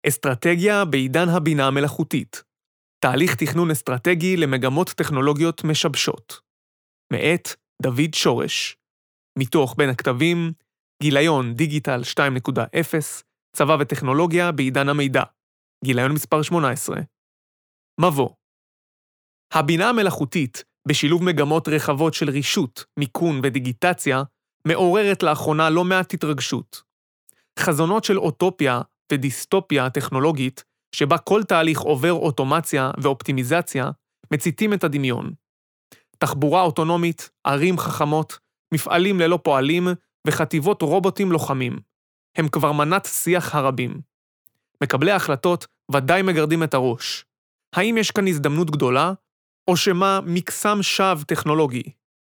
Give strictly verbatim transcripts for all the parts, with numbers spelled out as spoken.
אסטרטגיה בעידן הבינה המלאכותית. תהליך תכנון אסטרטגי למגמות טכנולוגיות משבשות. מאת דוד שורש. מתוך בין הכתבים, גיליון דיגיטל שתיים נקודה אפס, צבא וטכנולוגיה בעידן המידע. גיליון מספר שמונה עשרה. מבוא. הבינה המלאכותית, בשילוב מגמות רחבות של רישות, מיקון ודיגיטציה, מעוררת לאחרונה לא מעט התרגשות. חזונות של אוטופיה ודיסטופיה טכנולוגית, שבה כל תהליך עובר אוטומציה ואופטימיזציה, מציתים את הדמיון. תחבורה אוטונומית, ערים חכמות, מפעלים ללא פועלים וחטיבות רובוטים לוחמים. הם כבר מנת שיח הרבים. מקבלי ההחלטות ודאי מגרדים את הראש. האם יש כאן הזדמנות גדולה, או שמה מקסם שווא טכנולוגי?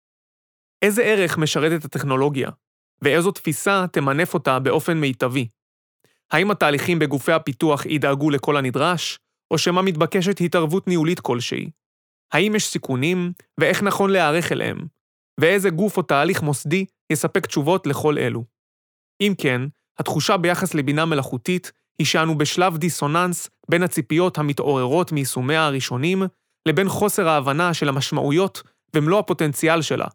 איזה ערך משרתת הטכנולוגיה, ואיזו תפיסה תמנף אותה באופן מיטבי? האם התהליכים בגופי הפיתוח ידאגו לכל הנדרש, או שמה מתבקשת התערבות ניהולית כלשהי? האם יש סיכונים, ואיך נכון להיערך אליהם? ואיזה גוף או תהליך מוסדי יספק תשובות לכל אלו? אם כן, התחושה ביחס לבינה מלאכותית היא שאנו בשלב דיסוננס בין הציפיות המתעוררות מיישומיה הראשונים, לבין חוסר ההבנה של המשמעויות ומלוא הפוטנציאל שלה.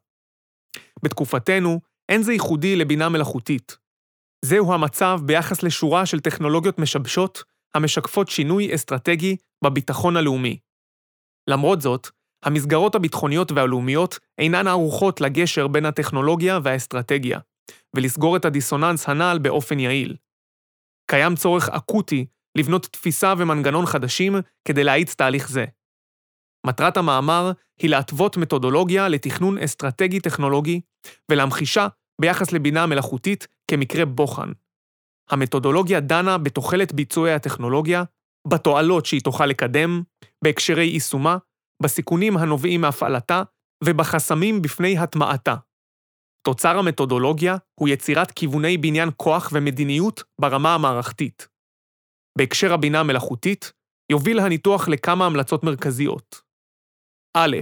בתקופתנו, אין זה ייחודי לבינה מלאכותית. זהו המצב ביחס לשורה של טכנולוגיות משבשות המשקפות שינוי אסטרטגי בביטחון הלאומי. למרות זאת, המסגרות הביטחוניות והלאומיות אינן ערוכות לגשר בין הטכנולוגיה והאסטרטגיה, ולסגור את הדיסוננס הנ"ל באופן יעיל. קיים צורך אקוטי לבנות תפיסה ומנגנון חדשים כדי להאיץ תהליך זה. מטרת המאמר היא להתוות מתודולוגיה לתכנון אסטרטגי טכנולוגי ולהמחישה ביחס לבינה מלאכותית כמקרה בוחן. המתודולוגיה דנה בתוחלת ביצועי הטכנולוגיה, בתועלות שהיא תוכל לקדם, בהקשרי יישומה, בסיכונים הנובעים מהפעלתה ובחסמים בפני הטמעתה. תוצר המתודולוגיה הוא יצירת כיווני בניין כוח ומדיניות ברמה המערכתית. בהקשר הבינה המלאכותית, יוביל הניתוח לכמה המלצות מרכזיות. א',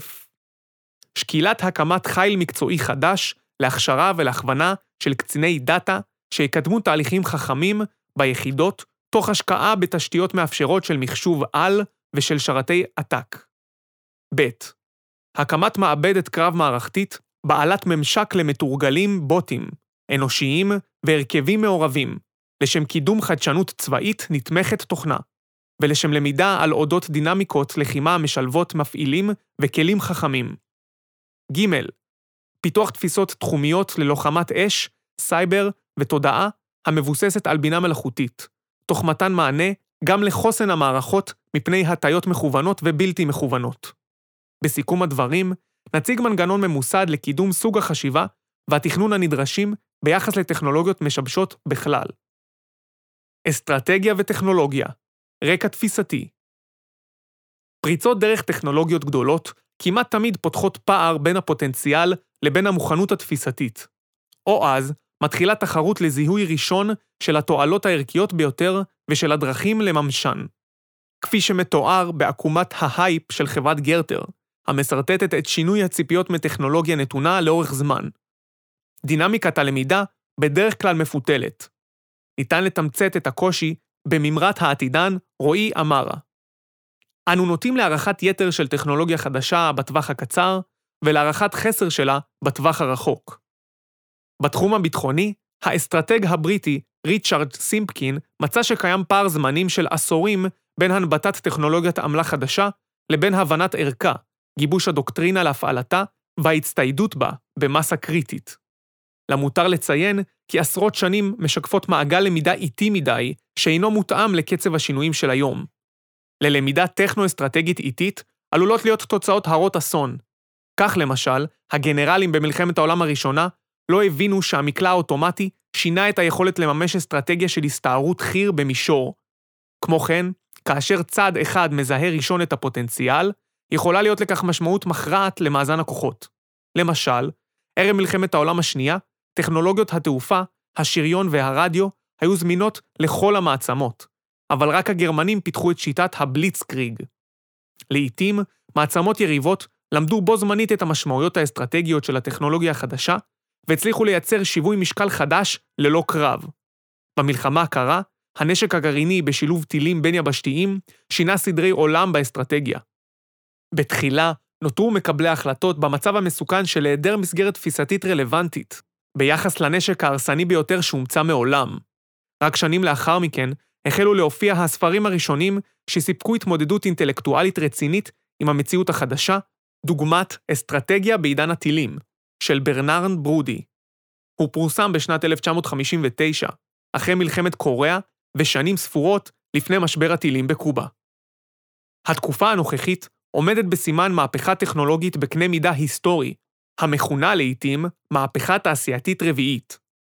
שקילת הקמת חיל מקצועי חדש להכשרה ולהכוונה של קציני דאטה שיקדמו תהליכים חכמים ביחידות תוך השקעה בתשתיות מאפשרות של מחשוב על ושל שרתי עתק. ב', הקמת מעבדת קרב מערכתית בעלת ממשק למתורגלים בוטים, אנושיים והרכבים מעורבים, לשם קידום חדשנות צבאית נתמכת תוכנה, ולשם למידה על אודות דינמיקות לחימה משלבות מפעילים וכלים חכמים. ג', פיתוח תפיסות תחומיות ללוחמת אש, סייבר ותודעה המבוססת על בינה מלאכותית, תוך מתן מענה גם לחוסן המערכות מפני הטיות מכוונות ובלתי מכוונות. בסיכום הדברים, נציג מנגנון ממוסד לקידום סוג החשיבה והתכנון הנדרשים ביחס לטכנולוגיות משבשות בכלל. אסטרטגיה וטכנולוגיה, רקע תפיסתי. פריצות דרך טכנולוגיות גדולות כמעט תמיד פותחות פער בין הפוטנציאל לבין המוכנות התפיסתית. או אז מתחילה תחרות לזיהוי ראשון של התועלות הערכיות ביותר ושל הדרכים לממשן. כפי שמתואר בעקומת ההייפ של חברת גרטר, המסרטטת את שינוי הציפיות מטכנולוגיה נתונה לאורך זמן. דינמיקת הלמידה בדרך כלל מפותלת. ניתן לתמצת את הקושי בממרת העתידן רועי אמרה. אנו נוטים להערכת יתר של טכנולוגיה חדשה בטווח הקצר, ולהערכת חסר שלה בטווח הרחוק. בתחום הביטחוני, האסטרטג הבריטי ריצ'רד סימפקין מצא שקיים פער זמנים של עשורים בין הנבטת טכנולוגיית עמלה חדשה לבין הבנת ערכה, גיבוש הדוקטרינה להפעלתה וההצטיידות בה במסה קריטית. למותר לציין כי עשרות שנים משקפות מעגל למידה איטי מדי שאינו מותאם לקצב השינויים של היום. ללמידה טכנו-אסטרטגית איטית עלולות להיות תוצאות הרות אסון. כך למשל, הגנרלים במלחמת העולם הראשונה לא הבינו שהמקלע האוטומטי שינה את היכולת לממש אסטרטגיה של הסתערות חיר במישור. כמו כן, כאשר צד אחד מזהה ראשון את הפוטנציאל, יכולה להיות לכך משמעות מכרעת למאזן הכוחות. למשל, ערב מלחמת העולם השנייה, טכנולוגיות התעופה, השריון והרדיו היו זמינות לכל המעצמות, אבל רק הגרמנים פיתחו את שיטת הבליצקריג. לעתים, מעצמות יריבות למדו בו זמנית את המשמעויות האסטרטגיות של הטכנולוגיה החדשה, והצליחו לייצר שיווי משקל חדש ללא קרב. במלחמה הקרה, הנשק הגרעיני בשילוב טילים בין יבשתיים שינה סדרי עולם באסטרטגיה. בתחילה נותרו מקבלי ההחלטות במצב המסוכן של היעדר מסגרת תפיסתית רלוונטית, ביחס לנשק ההרסני ביותר שהומצא מעולם. רק שנים לאחר מכן החלו להופיע הספרים הראשונים שסיפקו התמודדות אינטלקטואלית רצינית עם המציאות החדשה, דוגמת אסטרטגיה בעידן הטילים, של ברנרד ברודי. הוא פורסם בשנת אלף תשע מאות חמישים ותשע, אחרי מלחמת קוריאה ושנים ספורות לפני משבר הטילים בקובה. התקופה הנוכחית עומדת בסימן מהפכה טכנולוגית בקנה מידה היסטורי, המכונה לעתים מהפכה תעשייתית רביעית.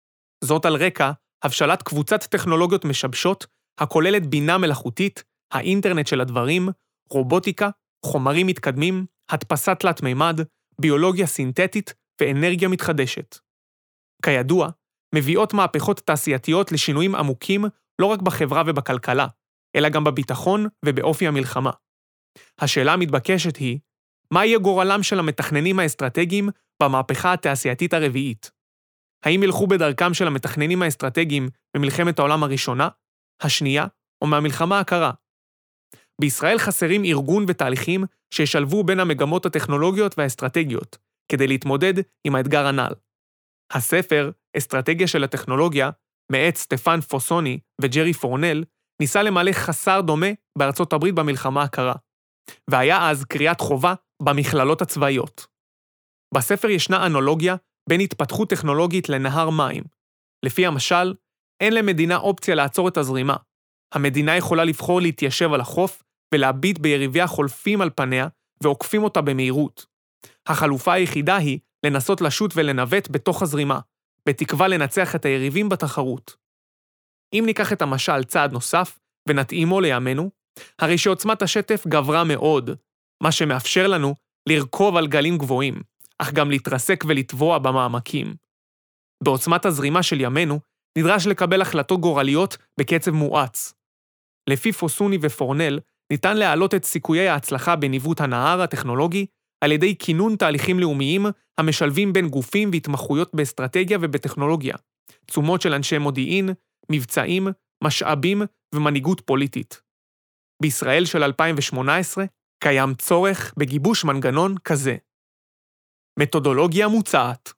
זאת על רקע הבשלת קבוצת טכנולוגיות משבשות, הכוללת בינה מלאכותית, האינטרנט של הדברים, רובוטיקה, חומרים מתקדמים, הדפסת תלת מימד, ביולוגיה סינתטית ואנרגיה מתחדשת. כידוע, מביאות מהפכות תעשייתיות לשינויים עמוקים לא רק בחברה ובכלכלה, אלא גם בביטחון ובאופי המלחמה. השאלה המתבקשת היא, מה יהיה גורלם של המתכננים האסטרטגיים במהפכה התעשייתית הרביעית? האם ילכו בדרכם של המתכננים האסטרטגיים במלחמת העולם הראשונה, השנייה או מהמלחמה הקרה? בישראל חסרים ארגון ותהליכים שישלבו בין המגמות הטכנולוגיות והאסטרטגיות, כדי להתמודד עם האתגר הנ"ל. הספר, אסטרטגיה של הטכנולוגיה, מאת סטפן פוסוני וג'רי פורנל, ניסה למלא חסר דומה בארצות הברית במלחמה הקרה, והיה אז קריאת חובה במכללות הצבאיות. בספר ישנה אנלוגיה בין התפתחות טכנולוגית לנהר מים. לפי המשל, אין למדינה אופציה לעצור את הזרימה. המדינה יכולה לבחור להתיישב על החוף ולהביט ביריביה חולפים על פניה ועוקפים אותה במהירות. החלופה היחידה היא לנסות לשוט ולנווט בתוך הזרימה, בתקווה לנצח את היריבים בתחרות. אם ניקח את המשל צעד נוסף ונתאימו לימינו, הרי שעוצמת השטף גברה מאוד, מה שמאפשר לנו לרכוב על גלים גבוהים, אך גם להתרסק ולטבוע במעמקים. בעוצמת הזרימה של ימינו, נדרש לקבל החלטות גורליות בקצב מואץ. לפי פוסוני ופורנל, ניתן להעלות את סיכויי ההצלחה בניווט הנהר הטכנולוגי על ידי כינון תהליכים לאומיים המשלבים בין גופים והתמחויות באסטרטגיה ובטכנולוגיה, תשומות של אנשי מודיעין, מבצעים, משאבים ומנהיגות פוליטית. בישראל של אלפיים שמונה עשרה קיים צורך בגיבוש מנגנון כזה. מתודולוגיה מוצעת.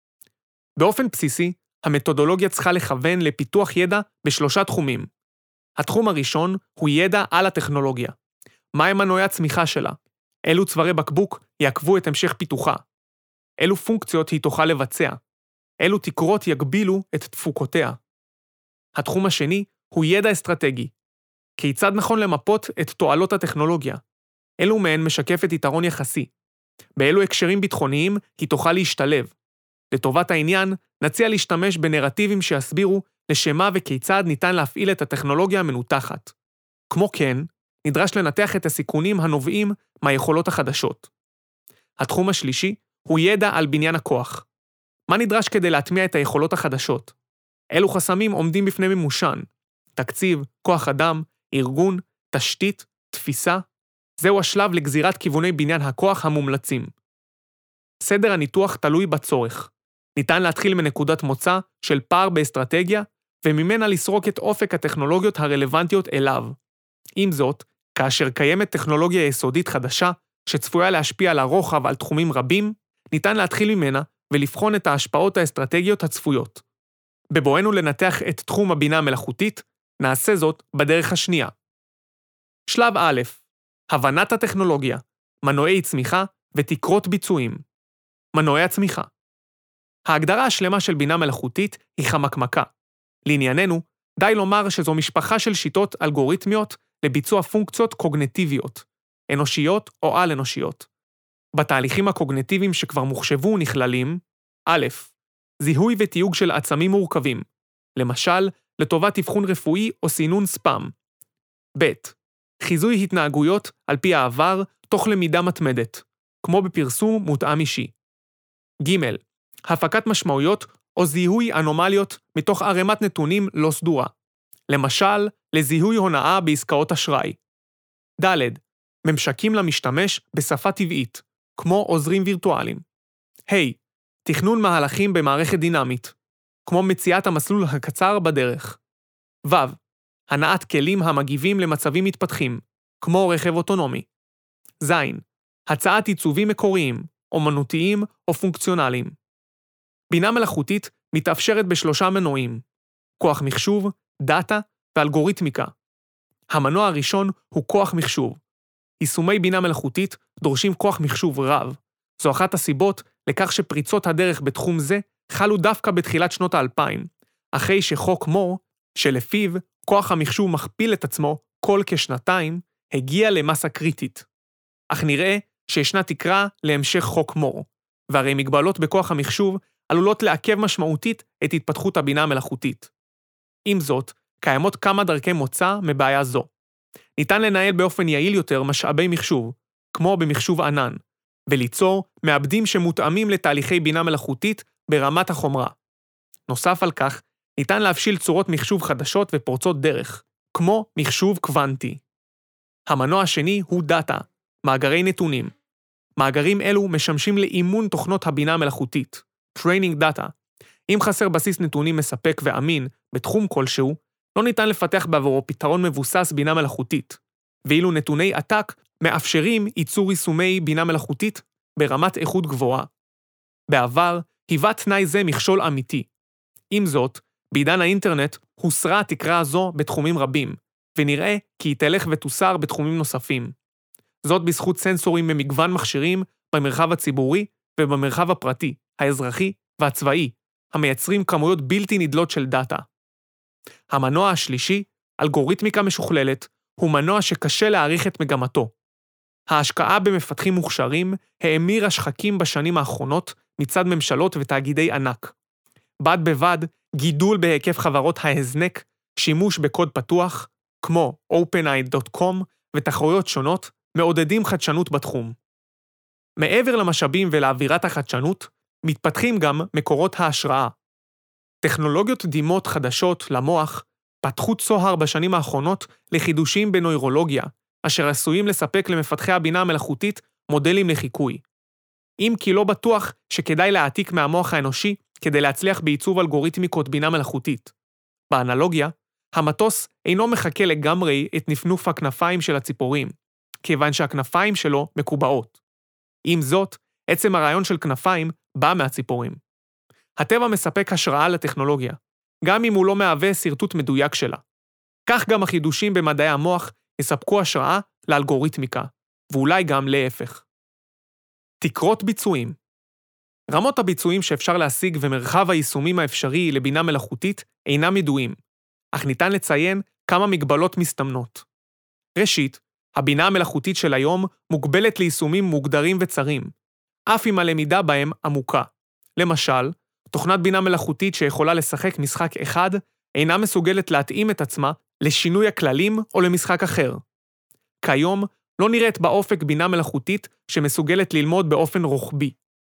באופן בסיסי, המתודולוגיה צריכה לכוון לפיתוח ידע בשלושה תחומים. התחום הראשון הוא ידע על הטכנולוגיה. מהם מנועי הצמיחה שלה? אילו צווארי בקבוק יעקבו את המשך פיתוחה? אילו פונקציות היא תוכל לבצע? אילו תקרות יגבילו את תפוקותיה? התחום השני הוא ידע אסטרטגי. כיצד נכון למפות את תועלות הטכנולוגיה? אילו מהן משקפת יתרון יחסי? באילו הקשרים ביטחוניים היא תוכל להשתלב? לטובת העניין, נציע להשתמש בנרטיבים שיסבירו לשמה וכיצד ניתן להפעיל את הטכנולוגיה המנותחת. כמו כן, נדרש לנתח את הסיכונים הנובעים מהיכולות החדשות. התחום השלישי הוא ידע על בניין הכוח. מה נדרש כדי להטמיע את היכולות החדשות? אילו חסמים עומדים בפני מימושן? תקציב, כוח אדם, ארגון, תשתית, תפיסה? זהו השלב לגזירת כיווני בניין הכוח המומלצים. סדר הניתוח תלוי בצורך. ניתן להתחיל מנקודת מוצא של פער באסטרטגיה, וממנה לסרוק את אופק הטכנולוגיות הרלוונטיות אליו. עם זאת, כאשר קיימת טכנולוגיה יסודית חדשה, שצפויה להשפיע על הרוחב על תחומים רבים, ניתן להתחיל ממנה ולבחון את ההשפעות האסטרטגיות הצפויות. בבואנו לנתח את תחום הבינה המלאכותית, נעשה זאת בדרך השנייה. שלב א', הבנת הטכנולוגיה, מנועי צמיחה ותקרות ביצועים. מנועי הצמיחה. ההגדרה השלמה של בינה מלאכותית היא חמקמקה. לענייננו, די לומר שזו משפחה של שיטות אלגוריתמיות לביצוע פונקציות קוגניטיביות, אנושיות או על-אנושיות. בתהליכים הקוגניטיביים שכבר מוחשבו נכללים, א', זיהוי ותיוג של עצמים מורכבים, למשל, לטובת אבחון רפואי או סינון ספאם. ב', חיזוי התנהגויות על פי העבר תוך למידה מתמדת, כמו בפרסום מותאם אישי. ג', הפקת משמעויות או זיהוי אנומליות מתוך ערימת נתונים לא סדורה, למשל, לזיהוי הונאה בעסקאות אשראי. ד', ממשקים למשתמש בשפה טבעית, כמו עוזרים וירטואליים. ה', תכנון מהלכים במערכת דינמית, כמו מציאת המסלול הקצר בדרך. ו', הנעת כלים המגיבים למצבים מתפתחים, כמו רכב אוטונומי. ז. הצעת עיצובים מקוריים, אומנותיים או פונקציונליים. בינה מלאכותית מתאפשרת בשלושה מנועים, כוח מחשוב, דאטה ואלגוריתמיקה. המנוע הראשון הוא כוח מחשוב. יישומי בינה מלאכותית דורשים כוח מחשוב רב. זו אחת הסיבות לכך שפריצות הדרך בתחום זה חלו דווקא בתחילת שנות האלפיים, אחרי שחוק מור, שלפיו כוח המחשוב מכפיל את עצמו כל כשנתיים, הגיע למסה קריטית. אך נראה שישנה תקרה להמשך חוק מור, והרי מגבלות בכוח המחשוב עלולות לעכב משמעותית את התפתחות הבינה המלאכותית. עם זאת, קיימות כמה דרכי מוצא מבעיה זו. ניתן לנהל באופן יעיל יותר משאבי מחשוב, כמו במחשוב ענן, וליצור מעבדים שמותאמים לתהליכי בינה מלאכותית ברמת החומרה. נוסף על כך, ניתן להבשיל צורות מחשוב חדשות ופורצות דרך, כמו מחשוב קוונטי. המנוע השני הוא דאטה, מאגרי נתונים. מאגרים אלו משמשים לאימון תוכנות הבינה המלאכותית, Training Data. אם חסר בסיס נתונים מספק ואמין בתחום כלשהו, לא ניתן לפתח בעבורו פתרון מבוסס בינה מלאכותית, ואילו נתוני עתק מאפשרים ייצור יישומי בינה מלאכותית ברמת איכות גבוהה. בעבר, היווה תנאי זה מכשול אמיתי. עם זאת, בעידן האינטרנט הוסרה התקרה הזו בתחומים רבים, ונראה כי היא תלך ותוסר בתחומים נוספים. זאת בזכות סנסורים ממגוון מכשירים במרחב הציבורי ובמרחב הפרטי, האזרחי והצבאי, המייצרים כמויות בלתי נדלות של דאטה. המנוע השלישי, אלגוריתמיקה משוכללת, הוא מנוע שקשה להעריך את מגמתו. ההשקעה במפתחים מוכשרים האמירה שחקים בשנים האחרונות מצד ממשלות ותאגידי ענק. בד בבד, גידול בהיקף חברות ההזנק, שימוש בקוד פתוח, כמו אופן איי דוט קום ותחרויות שונות, מעודדים חדשנות בתחום. מעבר למשאבים ולאווירת החדשנות, מתפתחים גם מקורות ההשראה. טכנולוגיות דימות חדשות למוח פתחו צוהר בשנים האחרונות לחידושים בנוירולוגיה, אשר עשויים לספק למפתחי הבינה המלאכותית מודלים לחיקוי. אם כי לא בטוח שכדאי להעתיק מהמוח האנושי כדי להצליח בעיצוב אלגוריתמיקות בינה מלאכותית. באנלוגיה, המטוס אינו מחכה לגמרי את נפנוף הכנפיים של הציפורים, כיוון שהכנפיים שלו מקובעות. עם זאת, עצם הרעיון של כנפיים בא מהציפורים. הטבע מספק השראה לטכנולוגיה, גם אם הוא לא מהווה סרטוט מדויק שלה. כך גם החידושים במדעי המוח יספקו השראה לאלגוריתמיקה, ואולי גם להפך. תקרות ביצועים. רמות הביצועים שאפשר להשיג ומרחב היישומים האפשרי לבינה מלאכותית אינם ידועים, אך ניתן לציין כמה מגבלות מסתמנות. ראשית, הבינה המלאכותית של היום מוגבלת ליישומים מוגדרים וצרים, אף אם הלמידה בהם עמוקה. למשל, תוכנת בינה מלאכותית שיכולה לשחק משחק אחד אינה מסוגלת להתאים את עצמה לשינוי הכללים או למשחק אחר. כיום לא נראית באופק בינה מלאכותית שמסוגלת ללמוד באופן רוחבי.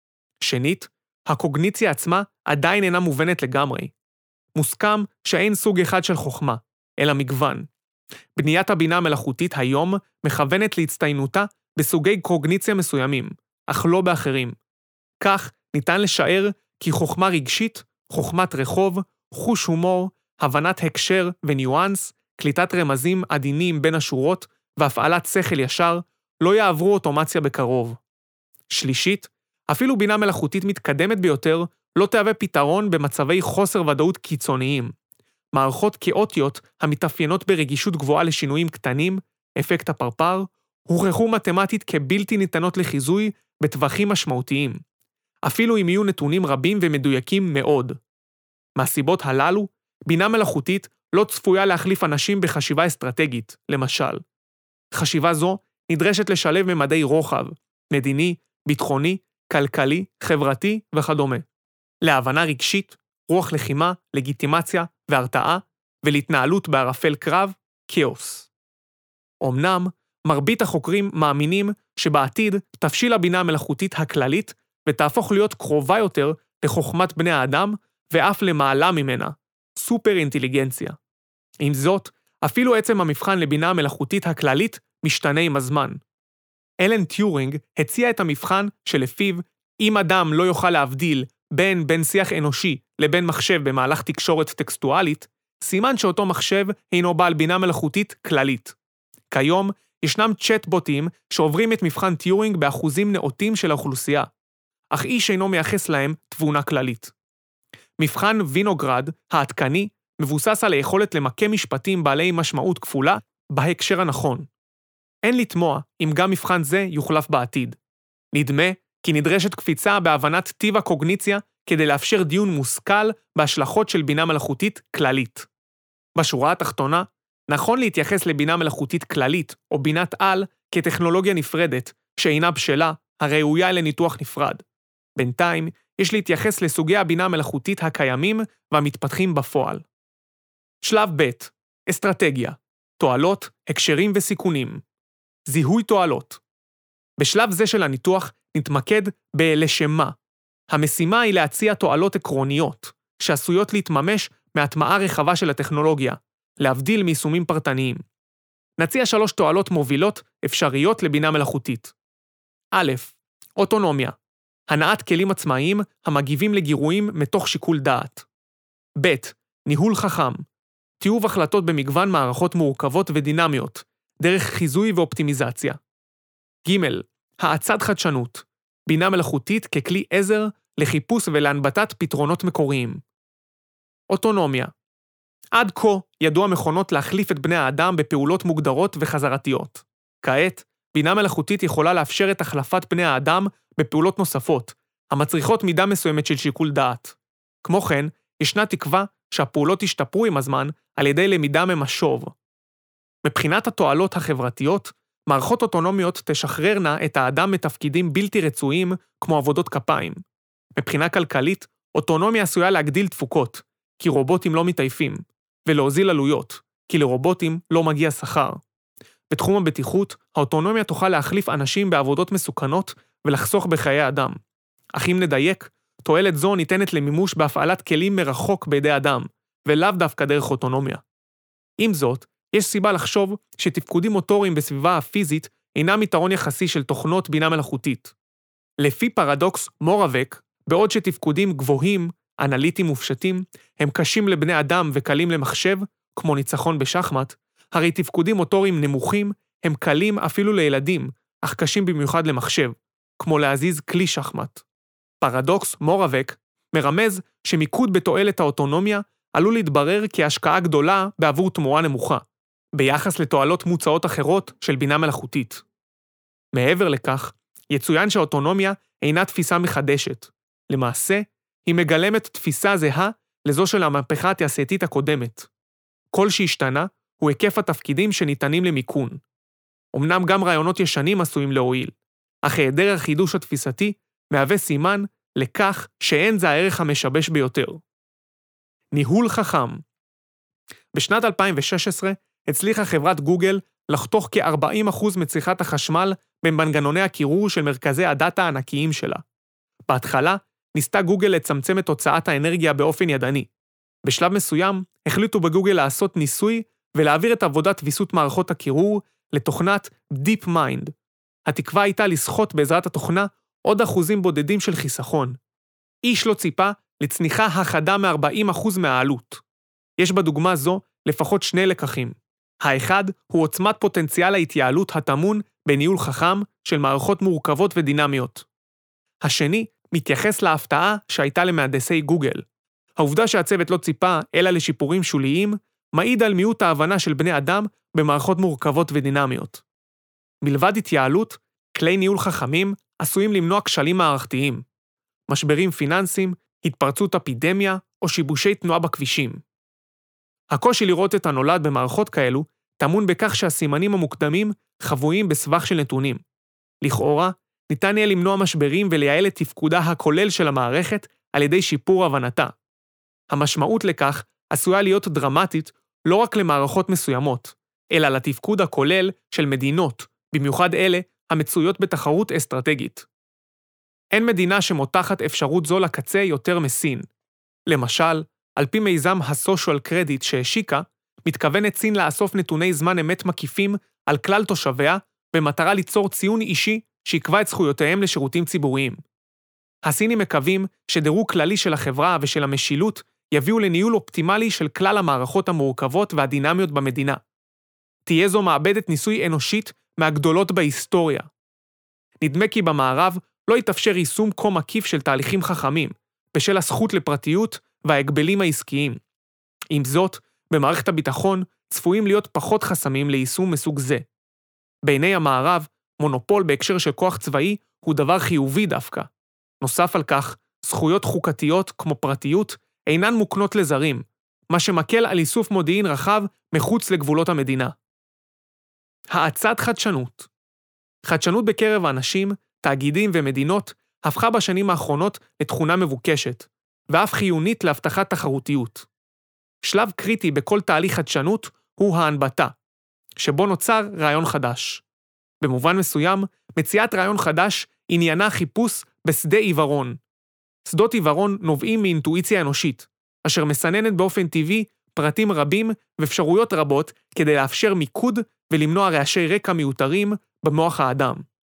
שנית, הקוגניציה עצמה עדיין אינה מובנת לגמרי. מוסכם שאין סוג אחד של חוכמה, אלא מגוון. בניית הבינה המלאכותית היום מכוונת להצטיינותה בסוגי קוגניציה מסוימים, אך לא באחרים. כך ניתן לשער כי חוכמה רגשית, חוכמת רחוב, חוש הומור, הבנת הקשר וניואנס, קליטת רמזים עדינים בין השורות והפעלת שכל ישר לא יעברו אוטומציה בקרוב. שלישית, אפילו בינה מלאכותית מתקדמת ביותר לא תהווה פתרון במצבי חוסר ודאות קיצוניים. מערכות כאוטיות המתאפיינות ברגישות גבוהה לשינויים קטנים, אפקט הפרפר, הוכחו מתמטית כבלתי ניתנות לחיזוי בטווחים משמעותיים. אפילו אם יהיו נתונים רבים ומדויקים מאוד. מהסיבות הללו, בינה מלאכותית לא צפויה להחליף אנשים בחשיבה אסטרטגית, למשל. חשיבה זו נדרשת לשלב ממדי רוחב, מדיני, ביטחוני, כלכלי, חברתי וכדומה. להבנה רגשית, רוח לחימה, לגיטימציה והרתעה, ולהתנהלות בערפל קרב, כאוס. אמנם, מרבית החוקרים מאמינים שבעתיד תפשיל הבינה המלאכותית הכללית ותהפוך להיות קרובה יותר לחוכמת בני האדם ואף למעלה ממנה, סופר אינטליגנציה. עם זאת, אפילו עצם המבחן לבינה המלאכותית הכללית משתנה עם הזמן. אלן טיורינג הציע את המבחן שלפיו אם אדם לא יוכל להבדיל בין בין שיח אנושי לבין מחשב במהלך תקשורת טקסטואלית, סימן שאותו מחשב הינו בעל בינה מלאכותית כללית. כיום ישנם צ'טבוטים שעוברים את מבחן טיורינג באחוזים נאותים של האוכלוסייה, אך איש אינו מייחס להם תבונה כללית. מבחן וינוגרד, העדכני, מבוסס על היכולת למקם משפטים בעלי משמעות כפולה בהקשר הנכון. אין לתמוע אם גם מבחן זה יוחלף בעתיד. נדמה כי נדרשת קפיצה בהבנת טיב הקוגניציה כדי לאפשר דיון מושכל בהשלכות של בינה מלאכותית כללית. בשורה התחתונה, נכון להתייחס לבינה מלאכותית כללית או בינת על כטכנולוגיה נפרדת שאינה בשלה, הראויה לניתוח נפרד. בינתיים, יש להתייחס לסוגי הבינה המלאכותית הקיימים והמתפתחים בפועל. שלב ב' אסטרטגיה, תועלות, הקשרים וסיכונים. זיהוי תועלות. בשלב זה של הניתוח נתמקד בלשם מה. המשימה היא להציע תועלות עקרוניות, שעשויות להתממש מהטמעה רחבה של הטכנולוגיה, להבדיל מיישומים פרטניים. נציע שלוש תועלות מובילות אפשריות לבינה מלאכותית. א', אוטונומיה. הנעת כלים עצמאיים המגיבים לגירויים מתוך שיקול דעת. ב', ניהול חכם. טיוב החלטות במגוון מערכות מורכבות ודינמיות, דרך חיזוי ואופטימיזציה. ג', האצת חדשנות. בינה מלאכותית ככלי עזר לחיפוש ולהנבטת פתרונות מקוריים. אוטונומיה. עד כה ידעו המכונות להחליף את בני האדם בפעולות מוגדרות וחזרתיות. כעת, בינה מלאכותית יכולה לאפשר את החלפת בני האדם בפעולות נוספות, המצריכות מידה מסוימת של שיקול דעת. כמו כן, ישנה תקווה שהפעולות ישתפרו עם הזמן על ידי למידה ממשוב. מבחינת התועלות החברתיות, מערכות אוטונומיות תשחררנה את האדם מתפקידים בלתי רצויים כמו עבודות כפיים. מבחינה כלכלית, אוטונומיה עשויה להגדיל תפוקות, כי רובוטים לא מתעייפים, ולהוזיל עלויות, כי לרובוטים לא מגיע שכר. בתחום הבטיחות, האוטונומיה תוכל להחליף אנשים בעבודות מסוכנות ולחסוך בחיי אדם. אך אם נדייק, תועלת זו ניתנת למימוש בהפעלת כלים מרחוק בידי אדם, ולאו דווקא דרך אוטונומיה. עם זאת, יש סיבה לחשוב שתפקודים מוטוריים בסביבה הפיזית אינם יתרון יחסי של תוכנות בינה מלאכותית. לפי פרדוקס מורבק, בעוד שתפקודים גבוהים, אנליטיים ופשטים, הם קשים לבני אדם וקלים למחשב, כמו ניצחון בשחמט, הרי תפקודים מוטוריים נמוכים הם קלים אפילו לילדים, אך קשים במיוחד למחשב, כמו להזיז כלי שחמט. פרדוקס מורבק מרמז שמיקוד בתועלת האוטונומיה עלול להתברר כהשקעה גדולה בעבור תמורה נמוכה, ביחס לתועלות מוצאות אחרות של בינה מלאכותית. מעבר לכך, יצוין שהאוטונומיה אינה תפיסה מחדשת. למעשה, היא מגלמת תפיסה זהה לזו של המהפכה התעשייתית הקודמת. כל שהשתנה הוא היקף התפקידים שניתנים למיקון. אמנם גם רעיונות ישנים עשויים להועיל, אך היעדר החידוש התפיסתי מהווה סימן לכך שאין זה הערך המשבש ביותר. ניהול חכם. בשנת אלפיים ושש עשרה הצליחה חברת גוגל לחתוך כ-ארבעים אחוז מצריכת החשמל במנגנוני הקירור של מרכזי הדאטה הענקיים שלה. בהתחלה ניסתה גוגל לצמצם את הוצאת האנרגיה באופן ידני. בשלב מסוים החליטו בגוגל לעשות ניסוי ולהעביר את עבודת ויסות מערכות הקירור לתוכנת DeepMind. התקווה הייתה לסחוט בעזרת התוכנה עוד אחוזים בודדים של חיסכון. איש לא ציפה לצניחה החדה מ-ארבעים אחוז מהעלות. יש בדוגמה זו לפחות שני לקחים. האחד הוא עוצמת פוטנציאל ההתייעלות הטמון בניהול חכם של מערכות מורכבות ודינמיות. השני מתייחס להפתעה שהייתה למהנדסי גוגל. העובדה שהצוות לא ציפה אלא לשיפורים שוליים, מעיד על מיעוט ההבנה של בני אדם במערכות מורכבות ודינמיות. מלבד התייעלות, כלי ניהול חכמים עשויים למנוע כשלים מערכתיים, משברים פיננסיים, התפרצות אפידמיה או שיבושי תנועה בכבישים. הקושי לראות את הנולד במערכות כאלו טמון בכך שהסימנים המוקדמים חבויים בסבך של נתונים. לכאורה, ניתן יהיה למנוע משברים ולייעל את תפקודה הכולל של המערכת על ידי שיפור הבנתה. המשמעות לכך עשויה להיות דרמטית לא רק למערכות מסוימות, אלא לתפקוד הכולל של מדינות, במיוחד אלה המצויות בתחרות אסטרטגית. אין מדינה שמותחת אפשרות זו לקצה יותר מסין. למשל, על פי מיזם הסושיאל קרדיט שהשיקה, מתכוונת סין לאסוף נתוני זמן אמת מקיפים על כלל תושביה, במטרה ליצור ציון אישי שיקבע את זכויותיהם לשירותים ציבוריים. הסינים מקווים שדירוג כללי של החברה ושל המשילות יביאו לניהול אופטימלי של כלל המערכות המורכבות והדינמיות במדינה. תהיה זו מעבדת ניסוי אנושית מהגדולות בהיסטוריה. נדמה כי במערב לא יתאפשר יישום כה מקיף של תהליכים חכמים, בשל הזכות לפרטיות וההגבלים העסקיים. עם זאת, במערכת הביטחון צפויים להיות פחות חסמים ליישום מסוג זה. בעיני המערב, מונופול בהקשר של כוח צבאי הוא דבר חיובי דווקא. נוסף על כך, זכויות חוקתיות כמו פרטיות אינן מוקנות לזרים, מה שמקל על איסוף מודיעין רחב מחוץ לגבולות המדינה. האצת חדשנות. חדשנות בקרב האנשים, תאגידים ומדינות הפכה בשנים האחרונות לתכונה מבוקשת, ואף חיונית להבטחת תחרותיות. שלב קריטי בכל תהליך חדשנות הוא ההנבטה, שבו נוצר רעיון חדש. במובן מסוים, מציאת רעיון חדש עניינה חיפוש בשדה עיוורון. שדות עיוורון נובעים מאינטואיציה אנושית, אשר מסננת באופן טבעי פרטים רבים ואפשרויות רבות כדי לאפשר מיקוד ולמנוע רעשי רקע מיותרים במוח האדם.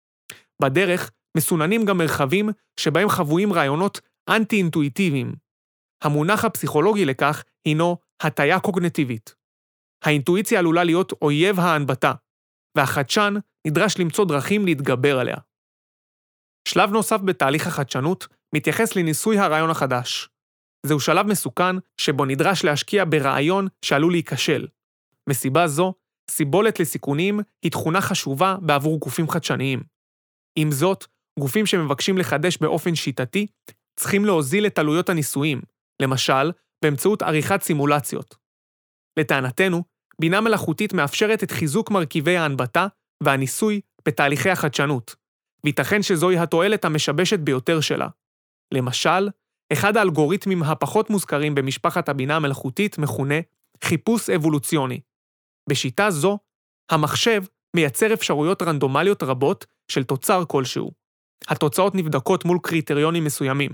בדרך מסוננים גם מרחבים שבהם חבויים רעיונות אנטי-אינטואיטיביים. המונח הפסיכולוגי לכך הינו הטיה קוגניטיבית. האינטואיציה עלולה להיות אויב ההנבטה, והחדשן נדרש למצוא דרכים להתגבר עליה. שלב נוסף בתהליך החדשנות מתייחס לניסוי הרעיון החדש. זהו שלב מסוכן שבו נדרש להשקיע ברעיון שעלול להיכשל. מסיבה זו, סיבולת לסיכונים היא תכונה חשובה בעבור גופים חדשניים. עם זאת, גופים שמבקשים לחדש באופן שיטתי צריכים להוזיל את עלויות הניסויים, למשל, באמצעות עריכת סימולציות. לטענתנו, בינה מלאכותית מאפשרת את חיזוק מרכיבי ההנבטה והניסוי בתהליכי החדשנות, וייתכן שזוהי התועלת המשבשת ביותר שלה. למשל, אחד האלגוריתמים הפחות מוזכרים במשפחת הבינה המלאכותית מכונה חיפוש אבולוציוני. בשיטה זו, המחשב מייצר אפשרויות רנדומליות רבות של תוצר כלשהו. התוצאות נבדקות מול קריטריונים מסוימים.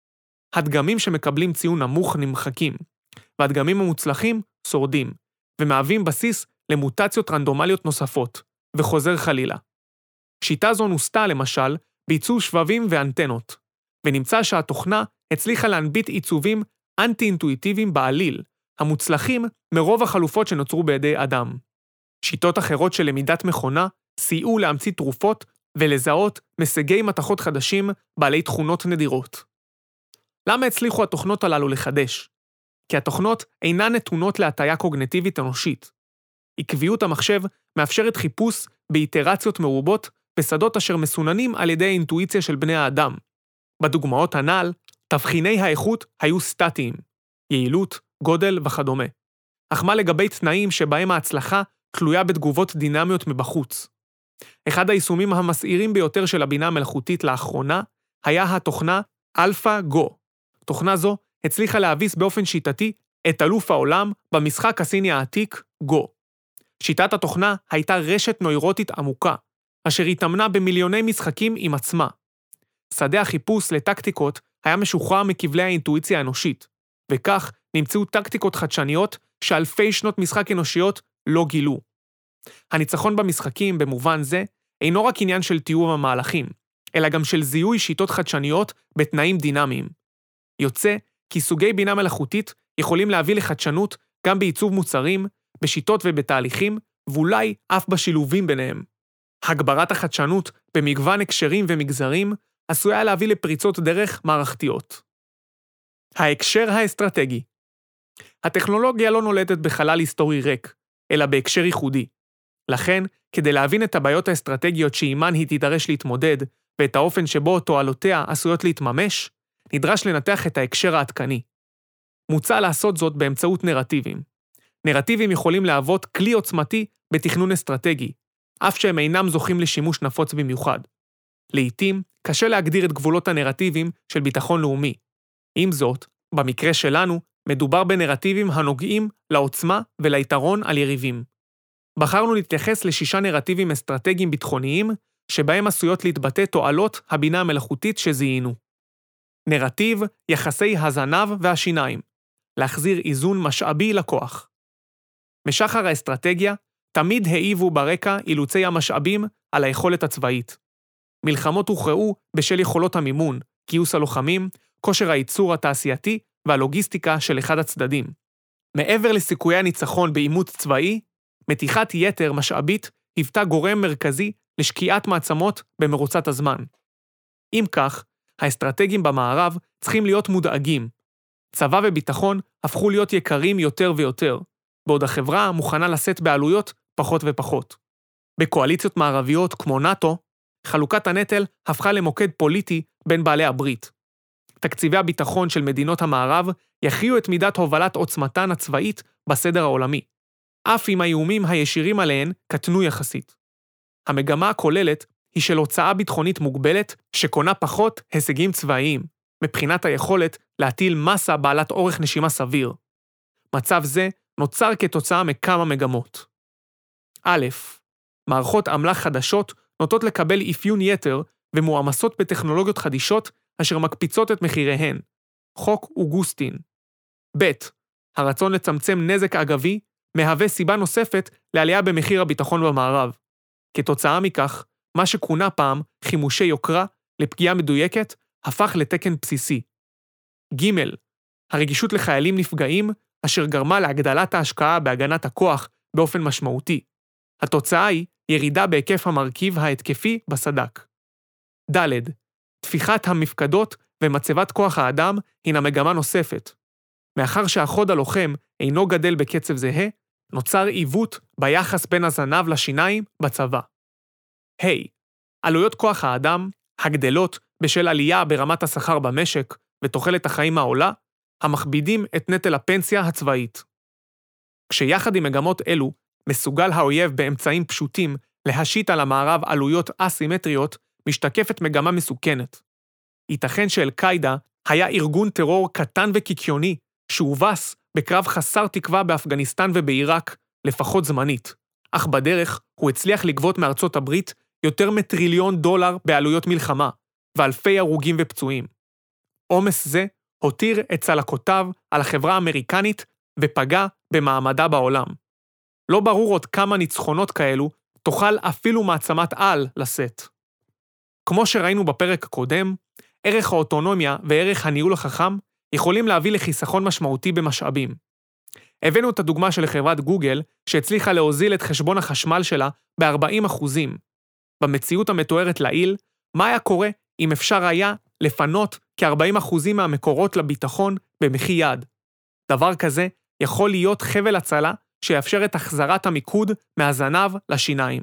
הדגמים שמקבלים ציון נמוך נמחקים, והדגמים המוצלחים שורדים, ומהווים בסיס למוטציות רנדומליות נוספות, וחוזר חלילה. שיטה זו נוסתה, למשל, בעיצוב שבבים ואנטנות, ונמצא שהתוכנה הצליחה להנביט עיצובים אנטי-אינטואיטיביים בעליל, המוצלחים מרוב החלופות שנוצרו בידי אדם. שיטות אחרות של למידת מכונה סייעו להמציא תרופות ולזהות מסגי מתכות חדשים בעלי תכונות נדירות. למה הצליחו התוכנות הללו לחדש? כי התוכנות אינן נתונות להטיה קוגניטיבית אנושית. עקביות המחשב מאפשרת חיפוש באיטרציות מרובות בשדות אשר מסוננים על ידי האינטואיציה של בני האדם. בדוגמאות הנ"ל, תבחיני האיכות היו סטטיים, יעילות, גודל וכדומה. אך מה לגבי תנאים שבהם ההצלחה תלויה בתגובות דינמיות מבחוץ? אחד היישומים המסעירים ביותר של הבינה המלאכותית לאחרונה היה התוכנה AlphaGo. תוכנה זו הצליחה להביס באופן שיטתי את אלוף העולם במשחק הסיני העתיק Go. שיטת התוכנה הייתה רשת נוירוטית עמוקה, אשר התאמנה במיליוני משחקים עם עצמה. שדה החיפוש לטקטיקות היה משוחרר מכבלי האינטואיציה האנושית, וכך נמצאו טקטיקות חדשניות שאלפי שנות משחק אנושיות לא גילו. הניצחון במשחקים במובן זה אינו רק עניין של תיאור המהלכים, אלא גם של זיהוי שיטות חדשניות בתנאים דינמיים. יוצא כי סוגי בינה מלאכותית יכולים להביא לחדשנות גם בעיצוב מוצרים, בשיטות ובתהליכים, ואולי אף בשילובים ביניהם. הגברת החדשנות במגוון הקשרים ומגזרים עשויה להביא לפריצות דרך מערכתיות. ההקשר האסטרטגי. הטכנולוגיה לא נולדת בחלל היסטורי ריק, אלא בהקשר ייחודי. לכן, כדי להבין את הבעיות האסטרטגיות שעימן היא תידרש להתמודד, ואת האופן שבו תועלותיה עשויות להתממש, נדרש לנתח את ההקשר העדכני. מוצע לעשות זאת באמצעות נרטיבים. נרטיבים יכולים להוות כלי עוצמתי בתכנון אסטרטגי, אף שהם אינם זוכים לשימוש נפוץ במיוחד. לעתים, קשה להגדיר את גבולות הנרטיבים של ביטחון לאומי. עם זאת, במקרה שלנו, מדובר בנרטיבים הנוגעים לעוצמה וליתרון על יריבים. בחרנו להתייחס לשישה נרטיבים אסטרטגיים ביטחוניים, שבהם עשויות להתבטא תועלות הבינה המלאכותית שזיהינו. נרטיב יחסי הזנב והשיניים, להחזיר איזון משאבי לכוח. משחר האסטרטגיה, תמיד העיבו ברקע אילוצי המשאבים על היכולת הצבאית. מלחמות הוכרעו בשל יכולות המימון, גיוס הלוחמים, כושר הייצור התעשייתי והלוגיסטיקה של אחד הצדדים. מעבר לסיכויי הניצחון באימות צבאי, מתיחת יתר משאבית היוותה גורם מרכזי לשקיעת מעצמות במרוצת הזמן. אם כך, האסטרטגים במערב צריכים להיות מודאגים. צבא וביטחון הפכו להיות יקרים יותר ויותר, בעוד החברה מוכנה לשאת בעלויות פחות ופחות. בקואליציות מערביות כמו נאטו, חלוקת הנטל הפכה למוקד פוליטי בין בעלי הברית. תקציבי הביטחון של מדינות המערב יכריעו את מידת הובלת עוצמתן הצבאית בסדר העולמי, אף אם האיומים הישירים עליהן קטנו יחסית. המגמה הכוללת היא של הוצאה ביטחונית מוגבלת שקונה פחות הישגים צבאיים, מבחינת היכולת להטיל מסה בעלת אורך נשימה סביר. מצב זה נוצר כתוצאה מכמה מגמות. א', מערכות אמל"ח חדשות נוטות לקבל אפיון יתר ומועמסות בטכנולוגיות חדישות אשר מקפיצות את מחיריהן. חוק אוגוסטין. ב', הרצון לצמצם נזק אגבי מהווה סיבה נוספת לעלייה במחיר הביטחון במערב. כתוצאה מכך, מה שכונה פעם חימושי יוקרה לפגיעה מדויקת הפך לתקן בסיסי. ג', הרגישות לחיילים נפגעים אשר גרמה להגדלת ההשקעה בהגנת הכוח באופן משמעותי. התוצאה היא ירידה בהיקף המרכיב ההתקפי בסד"כ. ד', תפיחת המפקדות ומצבת כוח האדם הינה מגמה נוספת. מאחר שהחוד הלוחם אינו גדל בקצב זהה, נוצר עיוות ביחס בין הזנב לשיניים בצבא. ה', עלויות כוח האדם הגדלות בשל עלייה ברמת השכר במשק ותוחלת החיים העולה, המכבידים את נטל הפנסיה הצבאית. כשיחד עם מגמות אלו, מסוגל האויב באמצעים פשוטים להשית על המערב עלויות אסימטריות, משתקפת מגמה מסוכנת. ייתכן שאל-קאידה היה ארגון טרור קטן וקיקיוני, שהובס בקרב חסר תקווה באפגניסטן ובעיראק, לפחות זמנית. אך בדרך הוא הצליח לגבות מארצות הברית יותר מטריליון דולר בעלויות מלחמה, ואלפי הרוגים ופצועים. עומס זה הותיר את צלקותיו על החברה האמריקנית ופגע במעמדה בעולם. לא ברור עוד כמה ניצחונות כאלו תוכל אפילו מעצמת על לשאת. כמו שראינו בפרק הקודם, ערך האוטונומיה וערך הניהול החכם יכולים להביא לחיסכון משמעותי במשאבים. הבאנו את הדוגמה של חברת גוגל שהצליחה להוזיל את חשבון החשמל שלה ב-ארבעים אחוזים. במציאות המתוארת לעיל, מה היה קורה אם אפשר היה לפנות כ-ארבעים אחוזים מהמקורות לביטחון במחי יד? דבר כזה יכול להיות חבל הצלה שיאפשר את החזרת המיקוד מהזנב לשיניים.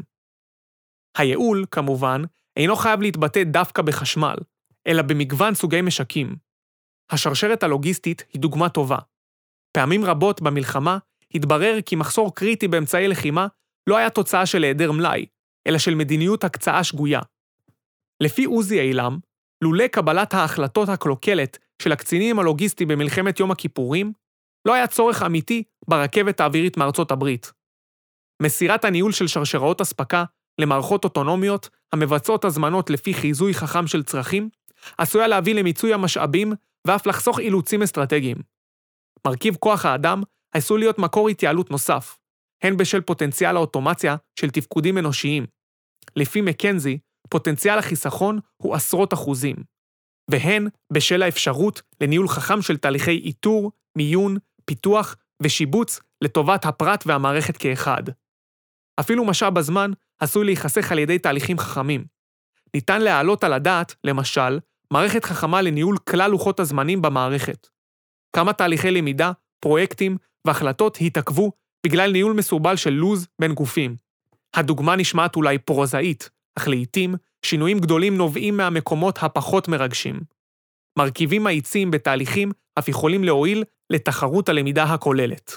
הייעול, כמובן, אינו חייב להתבטא דווקא בחשמל, אלא במגוון סוגי משקים. השרשרת הלוגיסטית היא דוגמה טובה. פעמים רבות במלחמה התברר כי מחסור קריטי באמצעי לחימה לא היה תוצאה של היעדר מלאי, אלא של מדיניות הקצאה שגויה. לפי עוזי אילם, לולא קבלת ההחלטות הקלוקלת של הקצינים הלוגיסטיים במלחמת יום הכיפורים, לא היה צורך אמיתי ברכבת האווירית מארצות הברית. מסירת הניהול של שרשראות אספקה למערכות אוטונומיות המבצעות הזמנות לפי חיזוי חכם של צרכים, עשויה להביא למיצוי המשאבים ואף לחסוך אילוצים אסטרטגיים. מרכיב כוח האדם עשוי להיות מקור התייעלות נוסף, הן בשל פוטנציאל האוטומציה של תפקודים אנושיים. לפי מקנזי, פוטנציאל החיסכון הוא עשרות אחוזים, והן בשל האפשרות לניהול חכם של תהליכי איתור, מיון, פיתוח ושיבוץ לטובת הפרט והמערכת כאחד. אפילו משאב הזמן עשוי להיחסך על ידי תהליכים חכמים. ניתן להעלות על הדעת, למשל, מערכת חכמה לניהול כלל לוחות הזמנים במערכת. כמה תהליכי למידה, פרויקטים והחלטות התעכבו בגלל ניהול מסורבל של לוז בין גופים. הדוגמה נשמעת אולי פרוזאית, אך לעתים שינויים גדולים נובעים מהמקומות הפחות מרגשים. מרכיבים מאיצים בתהליכים אף יכולים להועיל לתחרות הלמידה הכוללת.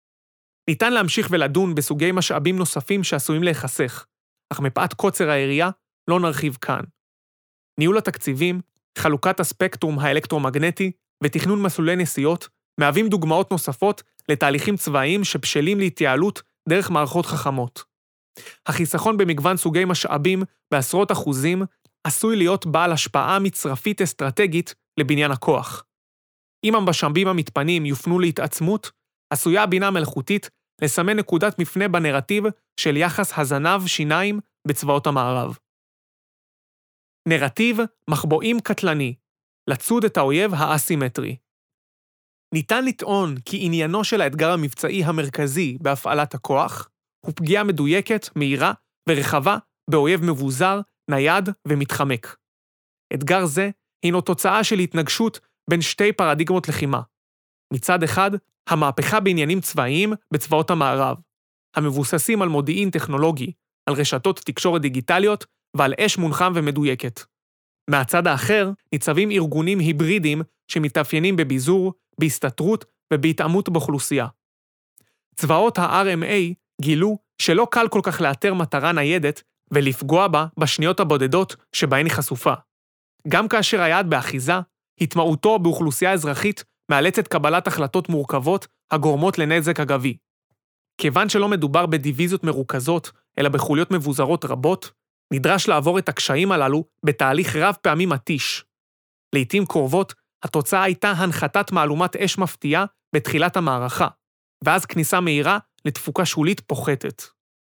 ניתן להמשיך ולדון בסוגי משאבים נוספים שעשויים להיחסך, אך מפאת קוצר היריעה לא נרחיב כאן. ניהול התקציבים, חלוקת הספקטרום האלקטרומגנטי ותכנון מסלולי נסיעות מהווים דוגמאות נוספות לתהליכים צבאיים שבשלים להתייעלות דרך מערכות חכמות. החיסכון במגוון סוגי משאבים בעשרות אחוזים עשוי להיות בעל השפעה מצרפית אסטרטגית לבניין הכוח. אם המשאבים המתפנים יופנו להתעצמות, עשויה הבינה המלאכותית לסמן נקודת מפנה בנרטיב של יחס הזנב-שיניים בצבאות המערב. נרטיב מחבואים קטלני, לצוד את האויב האסימטרי. ניתן לטעון כי עניינו של האתגר המבצעי המרכזי בהפעלת הכוח הוא פגיעה מדויקת, מהירה ורחבה באויב מבוזר, נייד ומתחמק. אתגר זה הינו תוצאה של התנגשות בין שתי פרדיגמות לחימה. מצד אחד, המהפכה בעניינים צבאיים בצבאות המערב, המבוססים על מודיעין טכנולוגי, על רשתות תקשורת דיגיטליות ועל אש מונחם ומדויקת. מהצד האחר, ניצבים ארגונים היברידיים שמתאפיינים בביזור, בהסתתרות ובהתאמות באוכלוסייה. צבאות ה-אר אם איי גילו שלא קל כל כך לאתר מטרה ניידת ולפגוע בה בשניות הבודדות שבהן היא חשופה. גם כאשר היעד באחיזה, התמעותו באוכלוסייה אזרחית מאלצת קבלת החלטות מורכבות הגורמות לנזק אגבי. כיוון שלא מדובר בדיוויזיות מרוכזות, אלא בחוליות מבוזרות רבות, נדרש לעבור את הקשיים הללו בתהליך רב פעמים מתיש. לעתים קרובות, התוצאה הייתה הנחתת מהלומת אש מפתיעה בתחילת המערכה, ואז כניסה מהירה לתפוקה שולית פוחתת.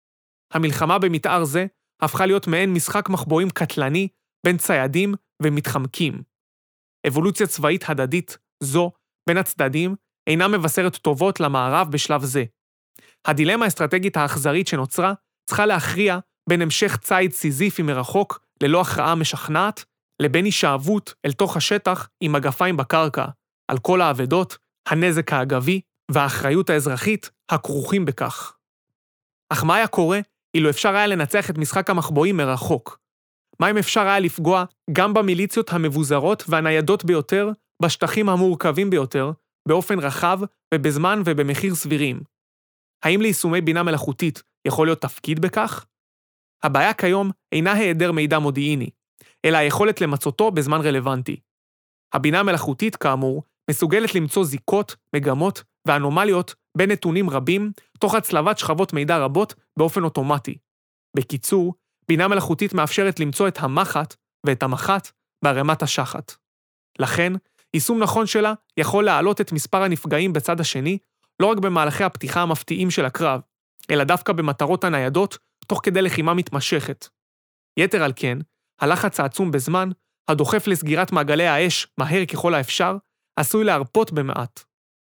המלחמה במתאר זה הפכה להיות מעין משחק מחבואים קטלני בין ציידים ומתחמקים. אבולוציה צבאית הדדית זו בין הצדדים אינה מבשרת טובות למערב בשלב זה. הדילמה האסטרטגית האכזרית שנוצרה צריכה להכריע בין המשך ציד סיזיפי מרחוק ללא הכרעה משכנעת, לבין הישאבות אל תוך השטח עם מגפיים בקרקע, על כל העבדות, הנזק האגבי והאחריות האזרחית הכרוכים בכך. אך מה היה קורה אילו אפשר היה לנצח את משחק המחבואים מרחוק? מה אם אפשר היה לפגוע גם במיליציות המבוזרות והניידות ביותר, בשטחים המורכבים ביותר, באופן רחב ובזמן ובמחיר סבירים? האם ליישומי בינה מלאכותית יכול להיות תפקיד בכך? הבעיה כיום אינה היעדר מידע מודיעיני, אלא היכולת למצותו בזמן רלוונטי. הבינה המלאכותית, כאמור, מסוגלת למצוא זיקות, מגמות ואנומליות בין נתונים רבים, תוך הצלבת שכבות מידע רבות באופן אוטומטי. בקיצור, בינה מלאכותית מאפשרת למצוא את המחט ואת המחט בערימת השחת. לכן, יישום נכון שלה יכול להעלות את מספר הנפגעים בצד השני, לא רק במהלכי הפתיחה המפתיעים של הקרב, אלא דווקא במטרות הניידות, תוך כדי לחימה מתמשכת. יתר על כן, הלחץ העצום בזמן, הדוחף לסגירת מעגלי האש מהר ככל האפשר, עשוי להרפות במעט.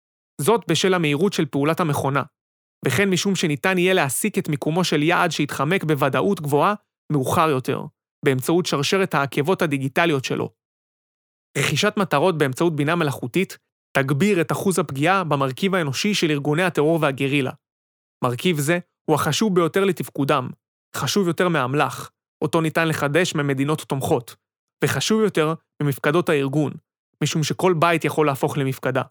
זאת בשל המהירות של פעולת המכונה, וכן משום שניתן יהיה להסיק את מיקומו של יעד שהתחמק בוודאות גבוהה מאוחר יותר, באמצעות שרשרת העקבות הדיגיטליות שלו. רכישת מטרות באמצעות בינה מלאכותית תגביר את אחוז הפגיעה במרכיב האנושי של ארגוני הטרור והגרילה. מרכיב זה הוא החשוב ביותר לתפקודם, חשוב יותר מהמלאך, אותו ניתן לחדש ממדינות תומכות, וחשוב יותר ממפקדות הארגון, משום שכל בית יכול להפוך למפקדה.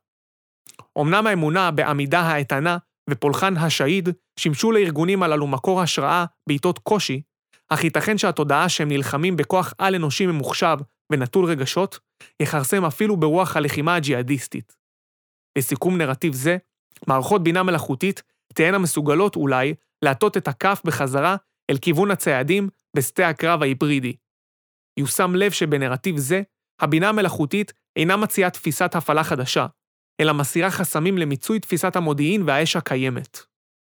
אמנם האמונה בעמידה האיתנה ופולחן השהיד שימשו לארגונים הללו מקור השראה בעיתות קושי, אך ייתכן שהתודעה שהם נלחמים בכוח על-אנושי ממוחשב ונטול רגשות, יחרסם אפילו ברוח הלחימה הג'יהאדיסטית. לסיכום נרטיב זה, מערכות בינה מלאכותית תהיינה מסוגלות אולי להטות את הכף בחזרה אל כיוון הציידים בשדה הקרב ההיברידי. יושם לב שבנרטיב זה, הבינה המלאכותית אינה מציעה תפיסת הפעלה חדשה, אלא מסירה חסמים למיצוי תפיסת המודיעין והאש הקיימת.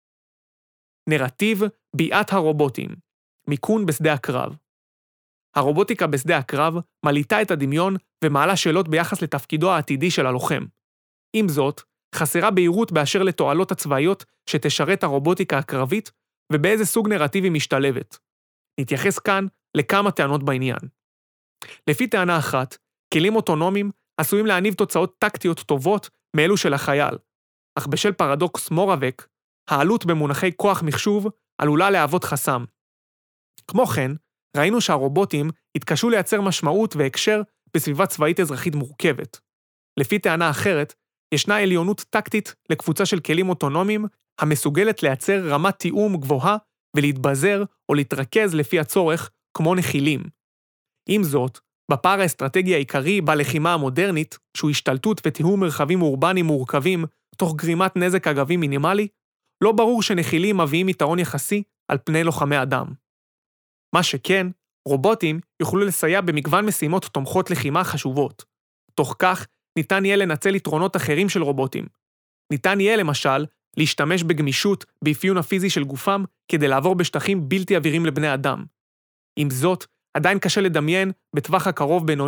נרטיב ביאת הרובוטים, מיקון בשדה הקרב. הרובוטיקה בשדה הקרב מליטה את הדמיון ומעלה שאלות ביחס לתפקידו העתידי של הלוחם. עם זאת, חסרה בהירות באשר לתועלות הצבאיות שתשרת הרובוטיקה הקרבית ובאיזה סוג נרטיב היא משתלבת. נתייחס כאן לכמה טענות בעניין. לפי טענה אחת, כלים אוטונומיים עשויים להניב תוצאות טקטיות טובות מאלו של החייל, אך בשל פרדוקס מורבק, העלות במונחי כוח מחשוב עלולה להוות חסם. כמו כן, ראינו שהרובוטים התקשו לייצר משמעות והקשר בסביבה צבאית אזרחית מורכבת. לפי טענה אחרת, ישנה עליונות טקטית לקבוצה של כלים אוטונומיים המסוגלת לייצר רמת תיאום גבוהה ולהתבזר או להתרכז לפי הצורך כמו נחילים. עם זאת, בפער האסטרטגי העיקרי בלחימה המודרנית, שהוא השתלטות ותיאום מרחבים אורבניים מורכבים תוך גרימת נזק אגבי מינימלי, לא ברור שנחילים מביאים יתרון יחסי על פני לוחמי אדם. מה שכן, רובוטים יוכלו לסייע במגוון משימות תומכות לחימה חשובות. תוך כך, ניתן יהיה לנצל יתרונות אחרים של רובוטים. ניתן יהיה למשל להשתמש בגמישות באפיון הפיזי של גופם כדי לעבור בשטחים בלתי עבירים לבני אדם. עם זאת, עדיין קשה לדמיין בטווח הקרוב בינוני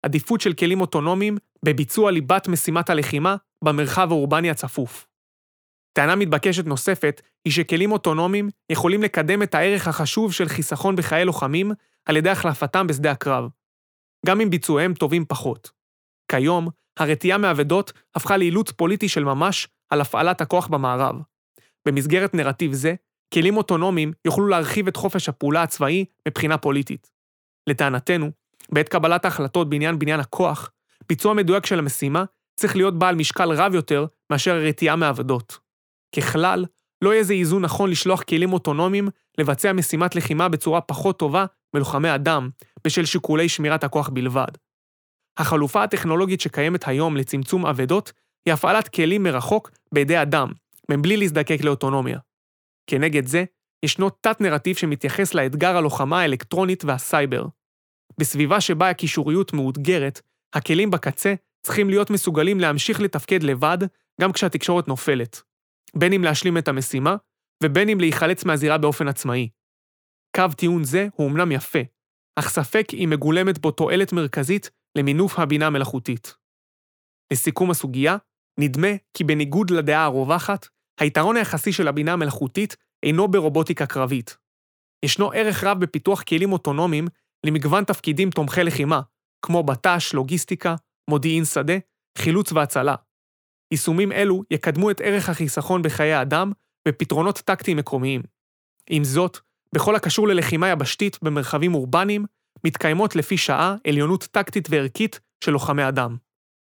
עדיפות של כלים אוטונומיים בביצוע ליבת משימת הלחימה במרחב האורבני הצפוף. טענה מתבקשת נוספת היא שכלים אוטונומיים יכולים לקדם את הערך החשוב של חיסכון בחיי לוחמים על ידי החלפתם בשדה הקרב, גם אם ביצועיהם טובים פחות. כיום, הרתיעה מעבדות הפכה לאילוץ פוליטי של ממש על הפעלת הכוח במערב. במסגרת נרטיב זה, כלים אוטונומיים יוכלו להרחיב את חופש הפעולה הצבאי מבחינה פוליטית. לטענתנו, בעת קבלת ההחלטות בעניין בניין הכוח, ביצוע מדויק של המשימה צריך להיות בעל משקל רב יותר מאשר הרתיעה מעבדות. ככלל, לא יהיה זה איזון נכון לשלוח כלים אוטונומיים לבצע משימת לחימה בצורה פחות טובה מלוחמי אדם בשל שיקולי שמירת הכוח בלבד. החלופה הטכנולוגית שקיימת היום לצמצום עבדות היא הפעלת כלים מרחוק בידי אדם, מבלי להזדקק לאוטונומיה. כנגד זה, ישנו תת-נרטיב שמתייחס לאתגר הלוחמה האלקטרונית והסייבר. בסביבה שבה הקישוריות מאותגרת, הכלים בקצה צריכים להיות מסוגלים להמשיך לתפקד לבד גם כשהתקשורת נופלת, בין אם להשלים את המשימה ובין אם להיחלץ מהזירה באופן עצמאי. קו טיעון זה הוא אמנם יפה, אך ספק היא מגולמת בו תועלת מרכזית למינוף הבינה המלאכותית. לסיכום הסוגיה, נדמה כי בניגוד לדעה הרווחת, היתרון היחסי של הבינה המלאכותית אינו ברובוטיקה קרבית. ישנו ערך רב בפיתוח כלים אוטונומיים למגוון תפקידים תומכי לחימה, כמו בט"ש, לוגיסטיקה, מודיעין שדה, חילוץ והצלה. יישומים אלו יקדמו את ערך החיסכון בחיי האדם בפתרונות טקטיים מקומיים. עם זאת, בכל הקשור ללחימה יבשתית במרחבים אורבניים, מתקיימות לפי שעה עליונות טקטית וערכית של לוחמי אדם.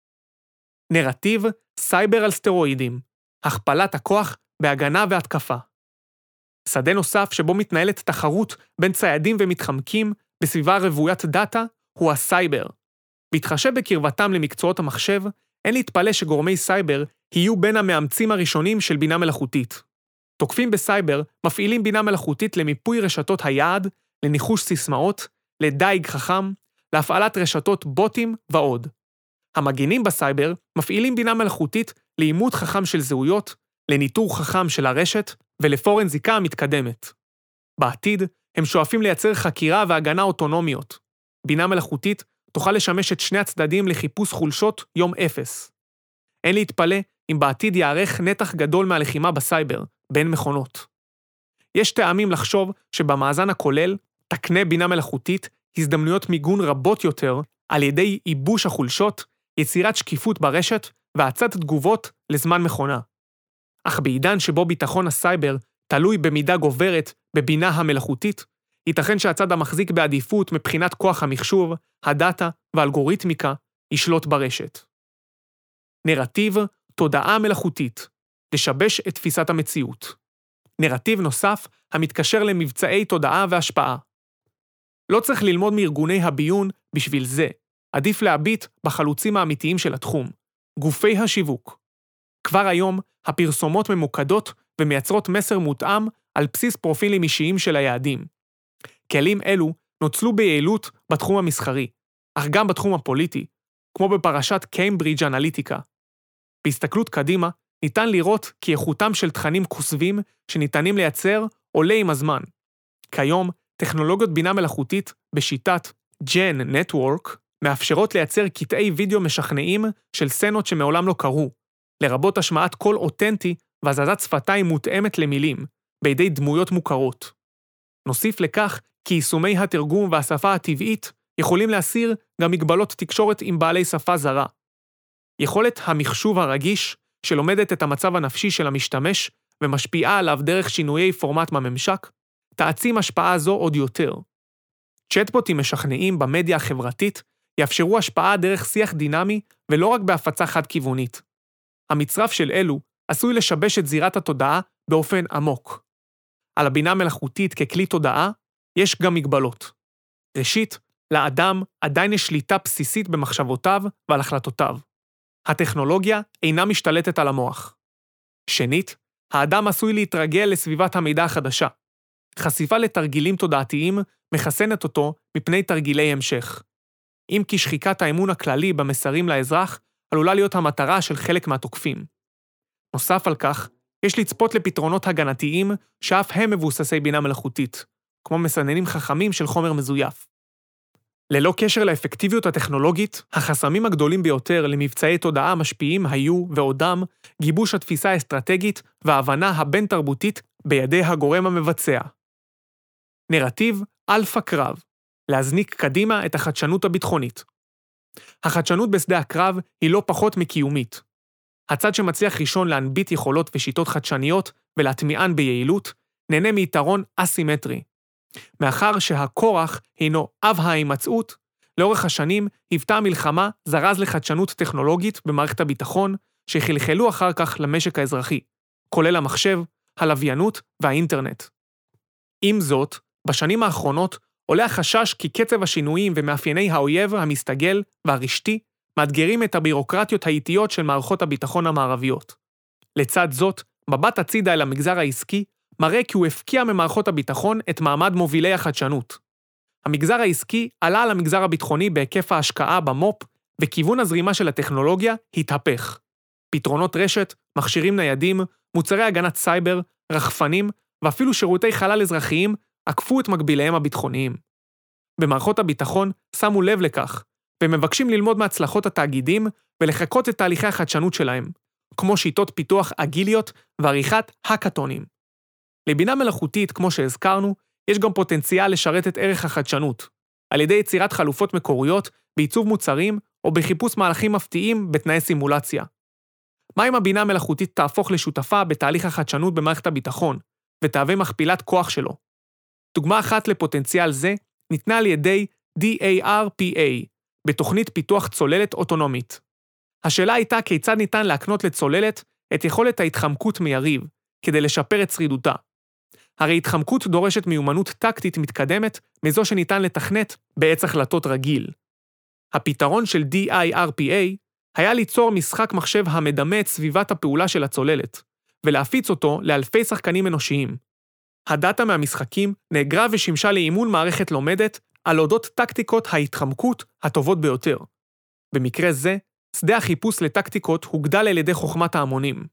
נרטיב סייבר על סטרואידים, הכפלת הכוח בהגנה והתקפה. שדה נוסף שבו מתנהלת תחרות בין ציידים ומתחמקים בסביבה רוויית דאטה הוא הסייבר. בהתחשב בקרבתם למקצועות המחשב, אין להתפלא שגורמי סייבר יהיו בין המאמצים הראשונים של בינה מלאכותית. תוקפים בסייבר מפעילים בינה מלאכותית למיפוי רשתות היעד, לניחוש סיסמאות, לדייג חכם, להפעלת רשתות בוטים ועוד. המגינים בסייבר מפעילים בינה מלאכותית לאימות חכם של זהויות, לניטור חכם של הרשת ולפורנזיקה המתקדמת. בעתיד הם שואפים לייצר חקירה והגנה אוטונומיות. בינה מלאכותית תוכל לשמש את שני הצדדים לחיפוש חולשות יום אפס. אין להתפלא אם בעתיד יערך נתח גדול מהלחימה בסייבר, בין מכונות. יש טעמים לחשוב שבמאזן הכולל תקנה בינה מלאכותית הזדמנויות מיגון רבות יותר על ידי ייבוש החולשות, יצירת שקיפות ברשת והצעת תגובות לזמן מכונה. אך בעידן שבו ביטחון הסייבר תלוי במידה גוברת בבינה המלאכותית, ייתכן שהצד המחזיק בעדיפות מבחינת כוח המחשוב, הדאטה והאלגוריתמיקה ישלוט ברשת. נרטיב תודעה מלאכותית, לשבש את תפיסת המציאות. נרטיב נוסף המתקשר למבצעי תודעה והשפעה. לא צריך ללמוד מארגוני הביון בשביל זה, עדיף להביט בחלוצים האמיתיים של התחום, גופי השיווק. כבר היום הפרסומות ממוקדות ומייצרות מסר מותאם על בסיס פרופילים אישיים של היעדים. כלים אלו נוצלו ביעילות בתחום המסחרי, אך גם בתחום הפוליטי, כמו בפרשת קיימברידג' אנליטיקה. בהסתכלות קדימה, ניתן לראות כי איכותם של תכנים כוסבים שניתנים לייצר עולה עם הזמן. כיום, טכנולוגיות בינה מלאכותית בשיטת ג'ן נטוורק מאפשרות לייצר קטעי וידאו משכנעים של סצנות שמעולם לא קרו, לרבות השמעת קול אותנטי והזזת שפתיים מותאמת למילים, בידי דמויות מוכרות. נוסיף לכך כי יישומי התרגום והשפה הטבעית יכולים להסיר גם מגבלות תקשורת עם בעלי שפה זרה. יכולת המחשוב הרגיש, שלומדת את המצב הנפשי של המשתמש ומשפיעה עליו דרך שינויי פורמט בממשק, תעצים השפעה זו עוד יותר. צ'טבוטים משכנעים במדיה החברתית יאפשרו השפעה דרך שיח דינמי ולא רק בהפצה חד-כיוונית. המצרף של אלו עשוי לשבש את זירת התודעה באופן עמוק. על הבינה מלאכותית ככלי תודעה יש גם מגבלות. ראשית, לאדם עדיין יש שליטה בסיסית במחשבותיו ועל החלטותיו. הטכנולוגיה אינה משתלטת על המוח. שנית, האדם עשוי להתרגל לסביבת המידע החדשה. חשיפה לתרגילים תודעתיים מחסנת אותו מפני תרגילי המשך. אם כי שחיקת האמון הכללי במסרים לאזרח עלולה להיות המטרה של חלק מהתוקפים. נוסף על כך, יש לצפות לפתרונות הגנתיים שאף הם מבוססי בינה מלאכותית, כמו מסננים חכמים של חומר מזויף. ללא קשר לאפקטיביות הטכנולוגית, החסמים הגדולים ביותר למבצעי תודעה משפיעים היו ועודם גיבוש התפיסה האסטרטגית וההבנה הבין-תרבותית בידי הגורם המבצע. נרטיב אלפא קרב, להזניק קדימה את החדשנות הביטחונית. החדשנות בשדה הקרב היא לא פחות מקיומית. הצד שמצליח ראשון להנביט יכולות ושיטות חדשניות ולהטמיען ביעילות, נהנה מיתרון אסימטרי. מאחר שהכורח הינו אב ההימצאות, לאורך השנים היוותה המלחמה זרז לחדשנות טכנולוגית במערכת הביטחון, שחלחלו אחר כך למשק האזרחי, כולל המחשב, הלוויינות והאינטרנט. עם זאת, בשנים האחרונות עולה החשש כי קצב השינויים ומאפייני האויב המסתגל והרשתי מאתגרים את הבירוקרטיות האיטיות של מערכות הביטחון המערביות. לצד זאת, מבט הצידה אל המגזר העסקי מראה כי הוא הפקיע ממערכות הביטחון את מעמד מובילי החדשנות. המגזר העסקי עלה על המגזר הביטחוני בהיקף ההשקעה במו"פ, וכיוון הזרימה של הטכנולוגיה התהפך. פתרונות רשת, מכשירים ניידים, מוצרי הגנת סייבר, רחפנים, ואפילו שירותי חלל אזרחיים עקפו את מקביליהם הביטחוניים. במערכות הביטחון שמו לב לכך, ומבקשים ללמוד מהצלחות התאגידים ולחקות את תהליכי החדשנות שלהם, כמו שיטות פיתוח אגיליות ועריכת הקאטונים. לבינה מלאכותית, כמו שהזכרנו, יש גם פוטנציאל לשרת את ערך החדשנות, על ידי יצירת חלופות מקוריות בעיצוב מוצרים או בחיפוש מהלכים מפתיעים בתנאי סימולציה. מה אם הבינה המלאכותית תהפוך לשותפה בתהליך החדשנות במערכת הביטחון, ותהווה מכפילת כוח שלו? דוגמה אחת לפוטנציאל זה ניתנה על ידי די איי אר פי איי, בתוכנית פיתוח צוללת אוטונומית. השאלה הייתה כיצד ניתן להקנות לצוללת את יכולת ההתחמקות מיריב, כדי לשפר את שרידותה. הרי התחמקות דורשת מיומנות טקטית מתקדמת מזו שניתן לתכנת בעץ החלטות רגיל. הפתרון של די איי אר פי איי היה ליצור משחק מחשב המדמה את סביבת הפעולה של הצוללת, ולהפיץ אותו לאלפי שחקנים אנושיים. הדאטה מהמשחקים נאגרה ושימשה לאימון מערכת לומדת על אודות טקטיקות ההתחמקות הטובות ביותר. במקרה זה, שדה החיפוש לטקטיקות הוגדל על ידי חוכמת ההמונים.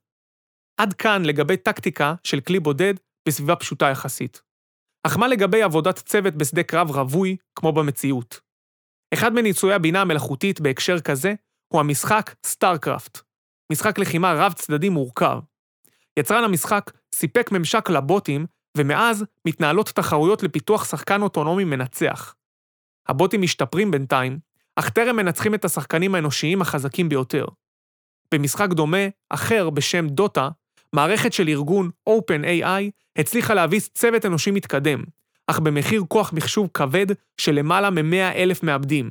עד כאן לגבי טקטיקה של כלי בודד בסביבה פשוטה יחסית. אך מה לגבי עבודת צוות בשדה קרב רווי כמו במציאות? אחד מניסויי הבינה המלאכותית בהקשר כזה הוא המשחק סטארקראפט, משחק לחימה רב צדדי מורכב. יצרן המשחק סיפק ממשק לבוטים, ומאז מתנהלות תחרויות לפיתוח שחקן אוטונומי מנצח. הבוטים משתפרים בינתיים, אך טרם מנצחים את השחקנים האנושיים החזקים ביותר. במשחק דומה, אחר בשם דוטה, מערכת של ארגון אופן איי איי הצליחה להביס צוות אנושי מתקדם, אך במחיר כוח מחשוב כבד של למעלה מ-מאה אלף מעבדים.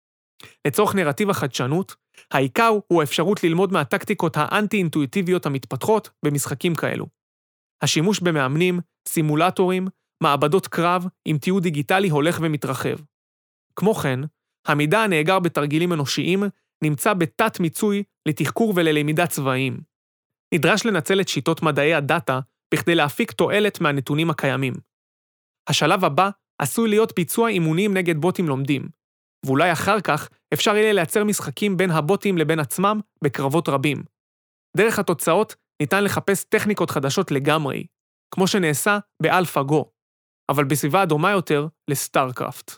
לצורך נרטיב החדשנות, העיקר הוא האפשרות ללמוד מהטקטיקות האנטי-אינטואיטיביות המתפתחות במשחקים כאלו. השימוש במאמנים, סימולטורים, מעבדות קרב עם תיעוד דיגיטלי הולך ומתרחב. כמו כן, המידע הנאגר בתרגילים אנושיים נמצא בתת מיצוי לתחקור וללמידה צבאיים. נדרש לנצל את שיטות מדעי הדאטה בכדי להפיק תועלת מהנתונים הקיימים. השלב הבא עשוי להיות ביצוע אימונים נגד בוטים לומדים, ואולי אחר כך אפשר יהיה לייצר משחקים בין הבוטים לבין עצמם בקרבות רבים. דרך התוצאות ניתן לחפש טכניקות חדשות לגמרי, כמו שנעשה באלפא גו, אבל בסביבה דומה יותר לסטארקראפט.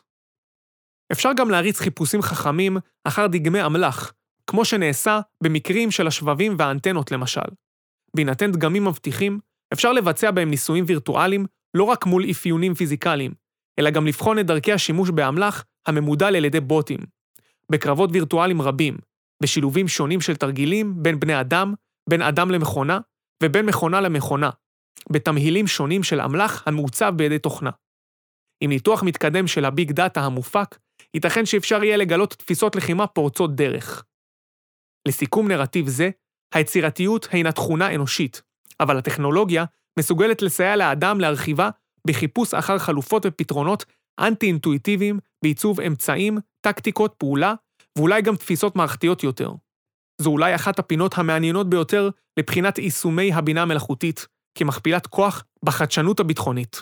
אפשר גם להריץ חיפושים חכמים אחר דגמי אמל"ח, כמו שנעשה במקרים של השבבים והאנטנות למשל. בהינתן דגמים מבטיחים, אפשר לבצע בהם ניסויים וירטואליים לא רק מול אפיונים פיזיקליים, אלא גם לבחון את דרכי השימוש באמל"ח הממודל על ידי בוטים. בקרבות וירטואליים רבים, בשילובים שונים של תרגילים בין בני אדם, בין אדם למכונה, ובין מכונה למכונה, בתמהילים שונים של אמל"ח המעוצב בידי תוכנה. עם ניתוח מתקדם של הביג דאטה המופק, ייתכן שאפשר יהיה לגלות תפיסות לחימה פורצות דרך. לסיכום נרטיב זה, היצירתיות הינה תכונה אנושית, אבל הטכנולוגיה מסוגלת לסייע לאדם להרחיבה בחיפוש אחר חלופות ופתרונות אנטי-אינטואיטיביים בעיצוב אמצעים, טקטיקות, פעולה, ואולי גם תפיסות מערכתיות יותר. זו אולי אחת הפינות המעניינות ביותר לבחינת יישומי הבינה המלאכותית, כמכפילת כוח בחדשנות הביטחונית.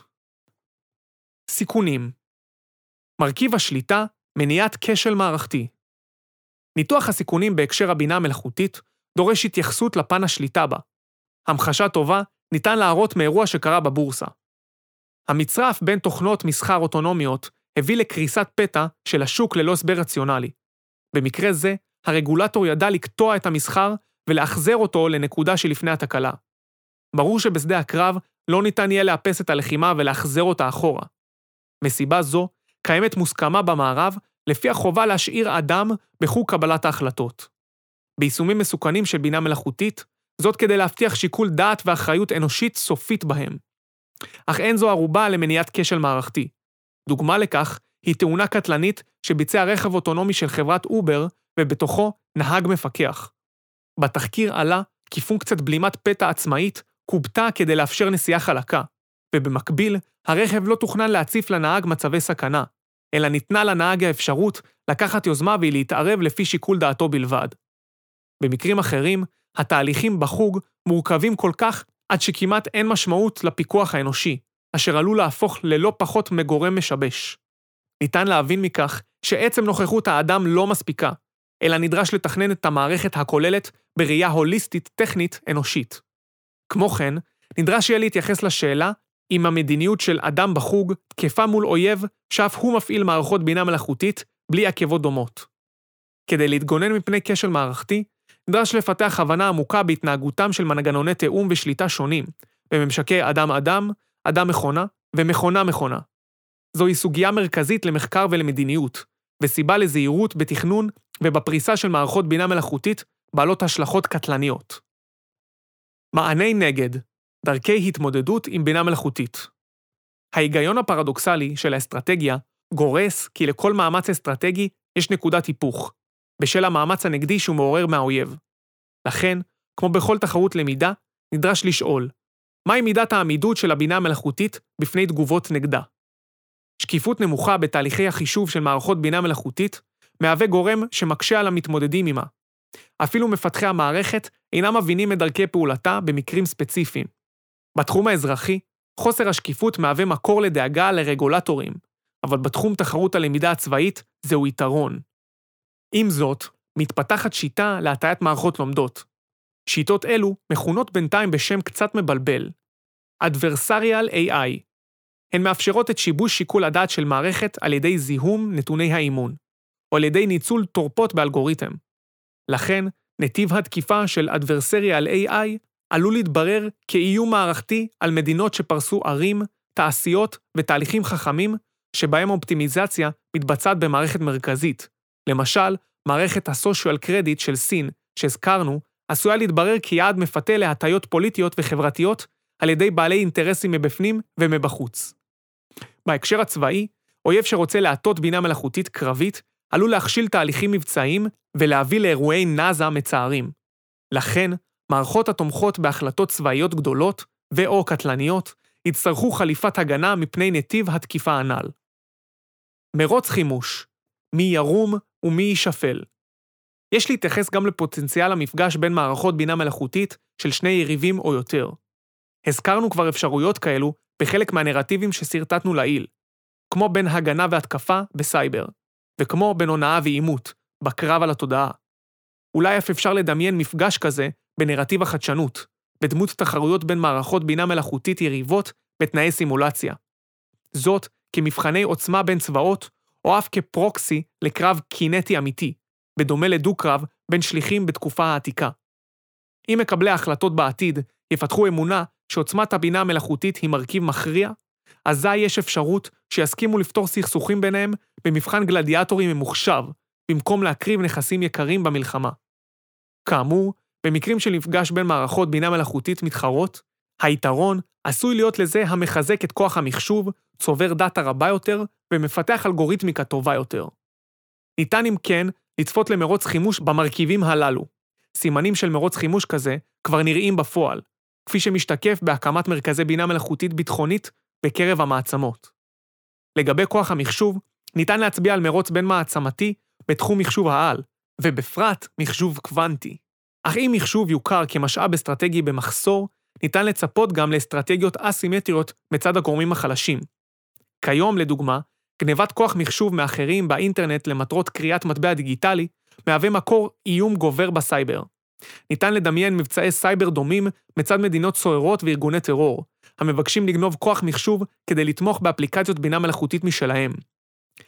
סיכונים. מרכיב השליטה, מניעת כשל מערכתי. ניתוח הסיכונים בהקשר הבינה המלאכותית דורש התייחסות לפן השליטה בה. המחשה טובה ניתן להראות מאירוע שקרה בבורסה. המצרף בין תוכנות מסחר אוטונומיות הביא לקריסת פתע של השוק ללא הסבר רציונלי. במקרה זה, הרגולטור ידע לקטוע את המסחר ולהחזר אותו לנקודה שלפני התקלה. ברור שבשדה הקרב לא ניתן יהיה לאפס את הלחימה ולהחזר אותה אחורה. מסיבה זו, קיימת מוסכמה במערב לפי החובה להשאיר אדם בחוג קבלת ההחלטות. ביישומים מסוכנים של בינה מלאכותית, זאת כדי להבטיח שיקול דעת ואחריות אנושית סופית בהם. אך אין זו ערובה למניעת כשל מערכתי. דוגמה לכך היא תאונה קטלנית שביצע רכב אוטונומי של חברת אובר ובתוכו נהג מפקח. בתחקיר עלה כי פונקציית בלימת פתע עצמאית קובטה כדי לאפשר נסיעה חלקה, ובמקביל הרכב לא תוכנן להציף לנהג מצבי סכנה, אלא ניתנה לנהג האפשרות לקחת יוזמה ולהתערב לפי שיקול דעתו בלבד. במקרים אחרים, התהליכים בחוג מורכבים כל כך עד שכמעט אין משמעות לפיקוח האנושי, אשר עלול להפוך ללא פחות מגורם משבש. ניתן להבין מכך שעצם נוכחות האדם לא מספיקה, אלא נדרש לתכנן את המערכת הכוללת בראייה הוליסטית טכנית אנושית. כמו כן, נדרש יהיה להתייחס לשאלה אם המדיניות של אדם בחוג תקפה מול אויב שאף הוא מפעיל מערכות בינה מלאכותית בלי עקבות דומות. כדי להתגונן מפני כשל מערכתי, נדרש לפתח הבנה עמוקה בהתנהגותם של מנגנוני תאום ושליטה שונים, בממשקי אדם-אדם, אדם-מכונה ומכונה-מכונה. זוהי סוגיה מרכזית למחקר ולמדיניות, וסיבה לזהירות בתכנון ובפריסה של מערכות בינה מלאכותית בעלות השלכות קטלניות. מעני נגד, דרכי התמודדות עם בינה מלאכותית. ההיגיון הפרדוקסלי של האסטרטגיה גורס כי לכל מאמץ אסטרטגי יש נקודת היפוך, בשל המאמץ הנגדי שהוא מעורר מהאויב. לכן, כמו בכל תחרות למידה, נדרש לשאול, מהי מידת העמידות של הבינה המלאכותית בפני תגובות נגדה? שקיפות נמוכה בתהליכי החישוב של מערכות בינה מלאכותית מהווה גורם שמקשה על המתמודדים עמה. אפילו מפתחי המערכת אינם מבינים את דרכי פעולתה במקרים ספציפיים. בתחום האזרחי, חוסר השקיפות מהווה מקור לדאגה לרגולטורים, אבל בתחום תחרות הלמידה הצבאית זהו יתרון. עם זאת, מתפתחת שיטה להטיית מערכות לומדות. שיטות אלו מכונות בינתיים בשם קצת מבלבל, Adversarial איי איי. הן מאפשרות את שיבוש שיקול הדעת של מערכת על ידי זיהום נתוני האימון, או על ידי ניצול תורפות באלגוריתם. לכן, נתיב התקיפה של Adversarial איי איי עלול להתברר כאיום מערכתי על מדינות שפרסו ערים, תעשיות ותהליכים חכמים שבהם אופטימיזציה מתבצעת במערכת מרכזית. למשל, מערכת ה-Social Credit של סין, שהזכרנו, עשויה להתברר כיעד מפתה להטיות פוליטיות וחברתיות על ידי בעלי אינטרסים מבפנים ומבחוץ. בהקשר הצבאי, אויב שרוצה להטות בינה מלאכותית קרבית, עלול להכשיל תהליכים מבצעיים ולהביא לאירועי נאזה מצערים. לכן, מערכות התומכות בהחלטות צבאיות גדולות ו/או קטלניות יצטרכו חליפת הגנה מפני נתיב התקיפה הנ"ל. מרוץ חימוש, מי ירום ומי יישפל. יש להתייחס גם לפוטנציאל המפגש בין מערכות בינה מלאכותית של שני יריבים או יותר. הזכרנו כבר אפשרויות כאלו בחלק מהנרטיבים שסרטטנו לעיל, כמו בין הגנה והתקפה בסייבר, וכמו בין הונאה ואימות, בקרב על התודעה. אולי אף אפשר לדמיין מפגש כזה בנרטיב החדשנות, בדמות תחרויות בין מערכות בינה מלאכותית יריבות בתנאי סימולציה. זאת כמבחני עוצמה בין צבאות, או אף כפרוקסי לקרב קינטי אמיתי, בדומה לדו-קרב בין שליחים בתקופה העתיקה. אם מקבלי ההחלטות בעתיד יפתחו אמונה שעוצמת הבינה המלאכותית היא מרכיב מכריע, אזי יש אפשרות שיסכימו לפתור סכסוכים ביניהם במבחן גלדיאטורי ממוחשב, במקום להקריב נכסים יקרים במלחמה. כאמור, במקרים של מפגש בין מערכות בינה מלאכותית מתחרות, היתרון עשוי להיות לזה המחזק את כוח המחשוב, צובר דאטה רבה יותר ומפתח אלגוריתמיקה טובה יותר. ניתן אם כן לצפות למרוץ חימוש במרכיבים הללו. סימנים של מרוץ חימוש כזה כבר נראים בפועל, כפי שמשתקף בהקמת מרכזי בינה מלאכותית ביטחונית בקרב המעצמות. לגבי כוח המחשוב, ניתן להצביע על מרוץ בין מעצמתי בתחום מחשוב העל, ובפרט מחשוב קוונטי. אך אם מחשוב יוכר כמשאב אסטרטגי במחסור, ניתן לצפות גם לאסטרטגיות אסימטריות מצד הגורמים החלשים. כיום, לדוגמה, גנבת כוח מחשוב מאחרים באינטרנט למטרות קריאת מטבע דיגיטלי, מהווה מקור איום גובר בסייבר. ניתן לדמיין מבצעי סייבר דומים מצד מדינות סוערות וארגוני טרור, המבקשים לגנוב כוח מחשוב כדי לתמוך באפליקציות בינה מלאכותית משלהם.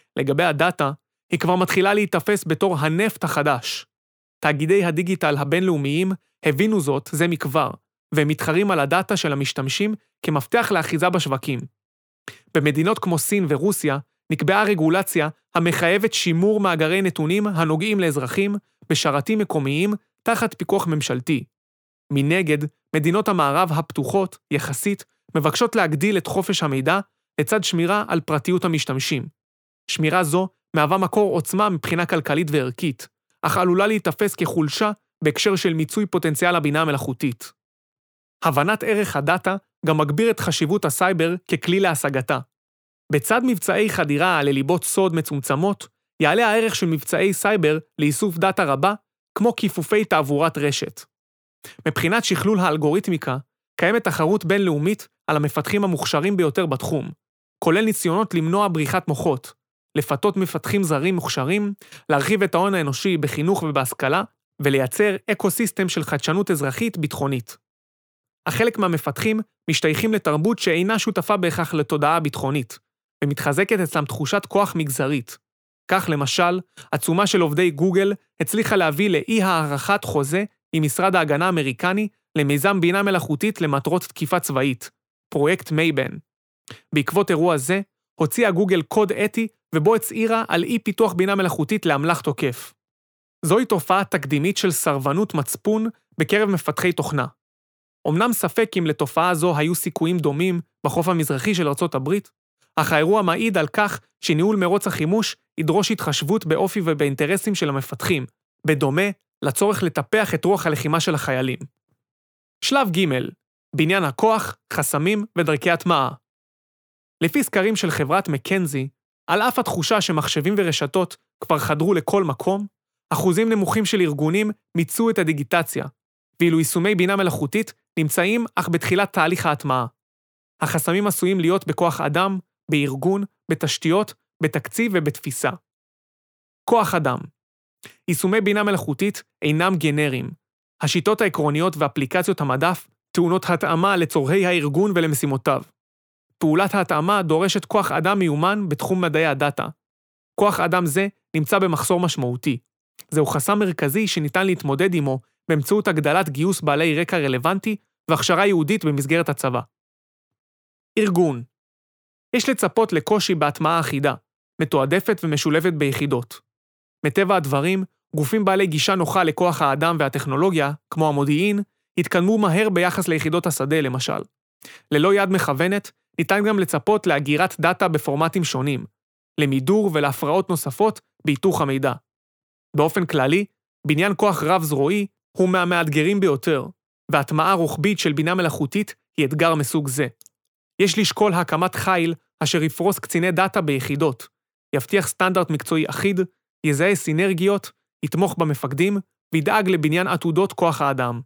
לגבי הדאטה, היא כבר מתחילה להתאפס בתור הנפט החדש. תאגידי הדיגיטל הבינלאומיים הבינו זאת זה מכבר, והם מתחרים על הדאטה של המשתמשים כמפתח לאחיזה בשווקים. במדינות כמו סין ורוסיה נקבעה רגולציה המחייבת שימור מאגרי נתונים הנוגעים לאזרחים בשרתים מקומיים תחת פיקוח ממשלתי. מנגד, מדינות המערב הפתוחות, יחסית, מבקשות להגדיל את חופש המידע לצד שמירה על פרטיות המשתמשים. שמירה זו מהווה מקור עוצמה מבחינה כלכלית וערכית, אך עלולה להתאפס כחולשה בהקשר של מיצוי פוטנציאל הבינה המלאכותית. הבנת ערך הדאטה גם מגביר את חשיבות הסייבר ככלי להשגתה. בצד מבצעי חדירה לליבות סוד מצומצמות, יעלה הערך של מבצעי סייבר לאיסוף דאטה רבה, כמו כיפופי תעבורת רשת. מבחינת שכלול האלגוריתמיקה, קיימת תחרות בינלאומית על המפתחים המוכשרים ביותר בתחום, כולל ניסיונות למנוע בריחת מוחות, לפתות מפתחים זרים מוכשרים, להרחיב את ההון האנושי בחינוך ובהשכלה, ולייצר אקוסיסטם של חדשנות אזרחית ביטחונית. החלק מהמפתחים משתייכים לתרבות שאינה שותפה בהכרח לתודעה ביטחונית, ומתחזקת אצלם תחושת כוח מגזרית. כך למשל, עצומה של עובדי גוגל הצליחה להביא לאי הערכת חוזה עם משרד ההגנה האמריקני למיזם בינה מלאכותית למטרות תקיפה צבאית, פרויקט מייבן. בעקבות אירוע זה, הוציאה גוגל קוד אתי ובו הצהירה על אי פיתוח בינה מלאכותית לאמל"ח תוקף. זוהי תופעה תקדימית של סרבנות מצפון בקרב מפתחי תוכנה. אמנם ספק אם לתופעה זו היו סיכויים דומים בחוף המזרחי של ארצות הברית, אך האירוע מעיד על כך שניהול מרוץ החימוש ידרוש התחשבות באופי ובאינטרסים של המפתחים, בדומה לצורך לטפח את רוח הלחימה של החיילים. שלב ג' בניין הכוח, חסמים ודרכי הטמעה. לפי סקרים של חברת מקנזי, על אף התחושה שמחשבים ורשתות כבר חדרו לכל מקום, אחוזים נמוכים של ארגונים מיצו את הדיגיטציה, ואילו יישומי בינה מלאכותית נמצאים אך בתחילת תהליך ההטמעה. החסמים עשויים להיות בכוח אדם, בארגון, בתשתיות, בתקציב ובתפיסה. כוח אדם. יישומי בינה מלאכותית אינם גנריים. השיטות העקרוניות ואפליקציות המדף טעונות התאמה לצורכי הארגון ולמשימותיו. פעולת ההתאמה דורשת כוח אדם מיומן בתחום מדעי הדאטה. כוח אדם זה נמצא במחסור משמעותי. זהו חסם מרכזי שניתן להתמודד עמו באמצעות הגדלת גיוס בעלי רקע רלוונטי והכשרה יהודית במסגרת הצבא. ארגון. יש לצפות לקושי בהטמעה אחידה, מתועדפת ומשולבת ביחידות. מטבע הדברים, גופים בעלי גישה נוחה לכוח האדם והטכנולוגיה, כמו המודיעין, התקדמו מהר ביחס ליחידות השדה למשל. ללא יד מכוונת, ניתן גם לצפות להגירת דאטה בפורמטים שונים, למידור ולהפרעות נוספות בהיתוך המידע. באופן כללי, בניין כוח רב-זרועי הוא מהמאתגרים ביותר, והטמעה רוחבית של בינה מלאכותית היא אתגר מסוג זה. יש לשקול הקמת חיל אשר יפרוס קציני דאטה ביחידות, יבטיח סטנדרט מקצועי אחיד, יזהה סינרגיות, יתמוך במפקדים, וידאג לבניין עתודות כוח האדם.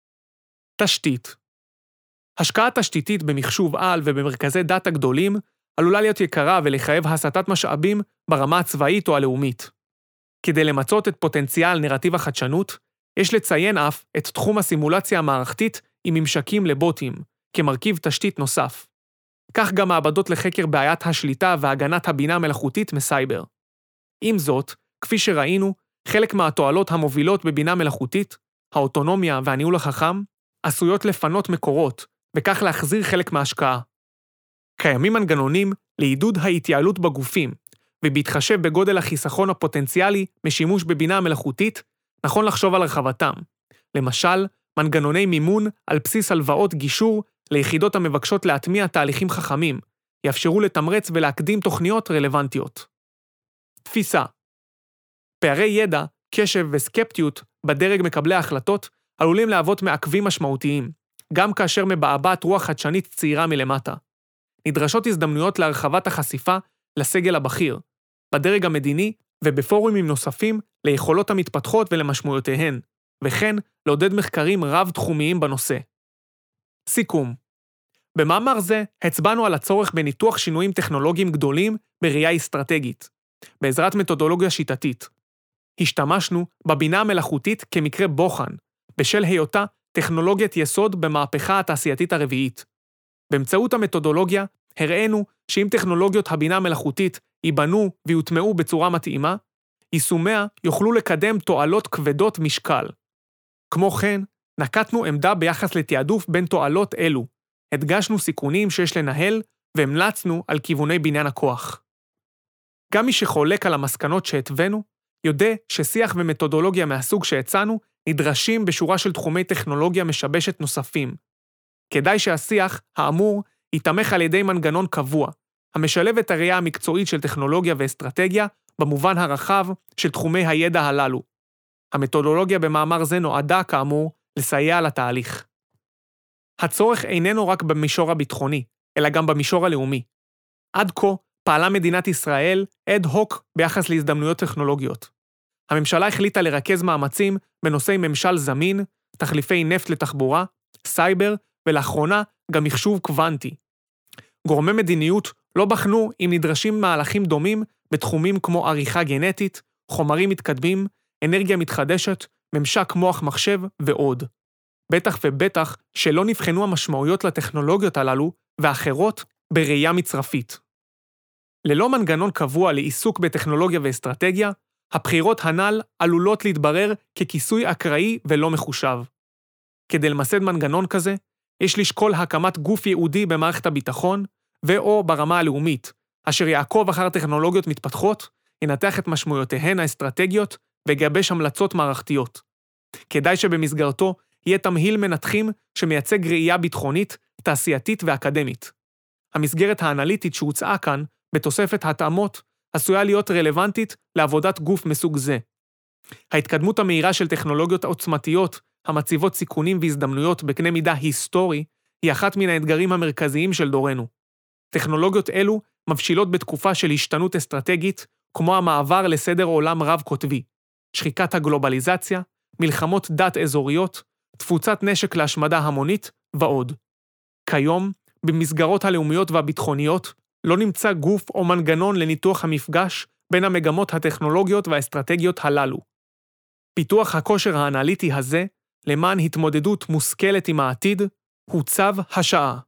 תשתית. השקעה תשתיתית במחשוב על ובמרכזי דאטה גדולים עלולה להיות יקרה ולחייב הסטת משאבים ברמה הצבאית או הלאומית. כדי למצות את פוטנציאל נרטיב החדשנות, יש לציין אף את תחום הסימולציה המערכתית עם ממשקים לבוטים, כמרכיב תשתית נוסף. כך גם מעבדות לחקר בעיית השליטה והגנת הבינה המלאכותית מסייבר. עם זאת, כפי שראינו, חלק מהתועלות המובילות בבינה מלאכותית, האוטונומיה והניהול החכם, עשויות לפנות מקורות, וכך להחזיר חלק מההשקעה. קיימים מנגנונים לעידוד ההתייעלות בגופים, ובהתחשב בגודל החיסכון הפוטנציאלי משימוש בבינה המלאכותית, נכון לחשוב על הרחבתם. למשל, מנגנוני מימון על בסיס הלוואות גישור ליחידות המבקשות להטמיע תהליכים חכמים, יאפשרו לתמרץ ולהקדים תוכניות רלוונטיות. תפיסה. פערי ידע, קשב וסקפטיות בדרג מקבלי ההחלטות עלולים להוות מעכבים משמעותיים, גם כאשר מבעבעת רוח חדשנית צעירה מלמטה. נדרשות הזדמנויות להרחבת החשיפה לסגל הבכיר, בדרג המדיני ובפורומים נוספים ליכולות המתפתחות ולמשמעויותיהן, וכן לעודד מחקרים רב-תחומיים בנושא. סיכום. במאמר זה הצבענו על הצורך בניתוח שינויים טכנולוגיים גדולים בראייה אסטרטגית, בעזרת מתודולוגיה שיטתית. השתמשנו בבינה המלאכותית כמקרה בוחן, בשל היותה טכנולוגיית יסוד במהפכה התעשייתית הרביעית. באמצעות המתודולוגיה הראינו שאם טכנולוגיות הבינה המלאכותית ייבנו ויוטמעו בצורה מתאימה, יישומיה יוכלו לקדם תועלות כבדות משקל. כמו כן, נקטנו עמדה ביחס לתיעדוף בין תועלות אלו, הדגשנו סיכונים שיש לנהל והמלצנו על כיווני בניין הכוח. גם מי שחולק על המסקנות שהתווינו, יודע ששיח ומתודולוגיה מהסוג שהצענו נדרשים בשורה של תחומי טכנולוגיה משבשת נוספים. כדאי שהשיח, האמור, יתמך על ידי מנגנון קבוע, המשלב את הראייה המקצועית של טכנולוגיה ואסטרטגיה במובן הרחב של תחומי הידע הללו. המתודולוגיה במאמר זה נועדה, כאמור, לסייע לתהליך. הצורך איננו רק במישור הביטחוני, אלא גם במישור הלאומי. עד כה פעלה מדינת ישראל אד הוק ביחס להזדמנויות טכנולוגיות. הממשלה החליטה לרכז מאמצים בנושאי ממשל זמין, תחליפי נפט לתחבורה, סייבר, ולאחרונה גם מחשוב קוונטי. גורמי מדיניות לא בחנו אם נדרשים מהלכים דומים בתחומים כמו עריכה גנטית, חומרים מתקדמים, אנרגיה מתחדשת, ממשק מוח מחשב ועוד. בטח ובטח שלא נבחנו המשמעויות לטכנולוגיות הללו ואחרות בראייה מצרפית. ללא מנגנון קבוע לעיסוק בטכנולוגיה ואסטרטגיה, הבחירות הנ"ל עלולות להתברר ככיסוי אקראי ולא מחושב. כדי למסד מנגנון כזה, יש לשקול הקמת גוף ייעודי במערכת הביטחון ו/או ברמה הלאומית, אשר יעקוב אחר טכנולוגיות מתפתחות, ינתח את משמעויותיהן האסטרטגיות ויגבש המלצות מערכתיות. כדאי שבמסגרתו יהיה תמהיל מנתחים שמייצג ראייה ביטחונית, תעשייתית ואקדמית. המסגרת האנליטית שהוצעה כאן, בתוספת התאמות, עשויה להיות רלוונטית לעבודת גוף מסוג זה. ההתקדמות המהירה של טכנולוגיות עוצמתיות, המציבות סיכונים והזדמנויות בקנה מידה היסטורי, היא אחת מן האתגרים המרכזיים של דורנו. טכנולוגיות אלו מבשילות בתקופה של השתנות אסטרטגית, כמו המעבר לסדר עולם רב-קוטבי, שחיקת הגלובליזציה, מלחמות דת אזוריות, תפוצת נשק להשמדה המונית ועוד. כיום, במסגרות הלאומיות והביטחוניות, לא נמצא גוף או מנגנון לניתוח המפגש בין המגמות הטכנולוגיות והאסטרטגיות הללו. פיתוח הכושר האנליטי הזה, למען התמודדות מושכלת עם העתיד, הוא צו השעה.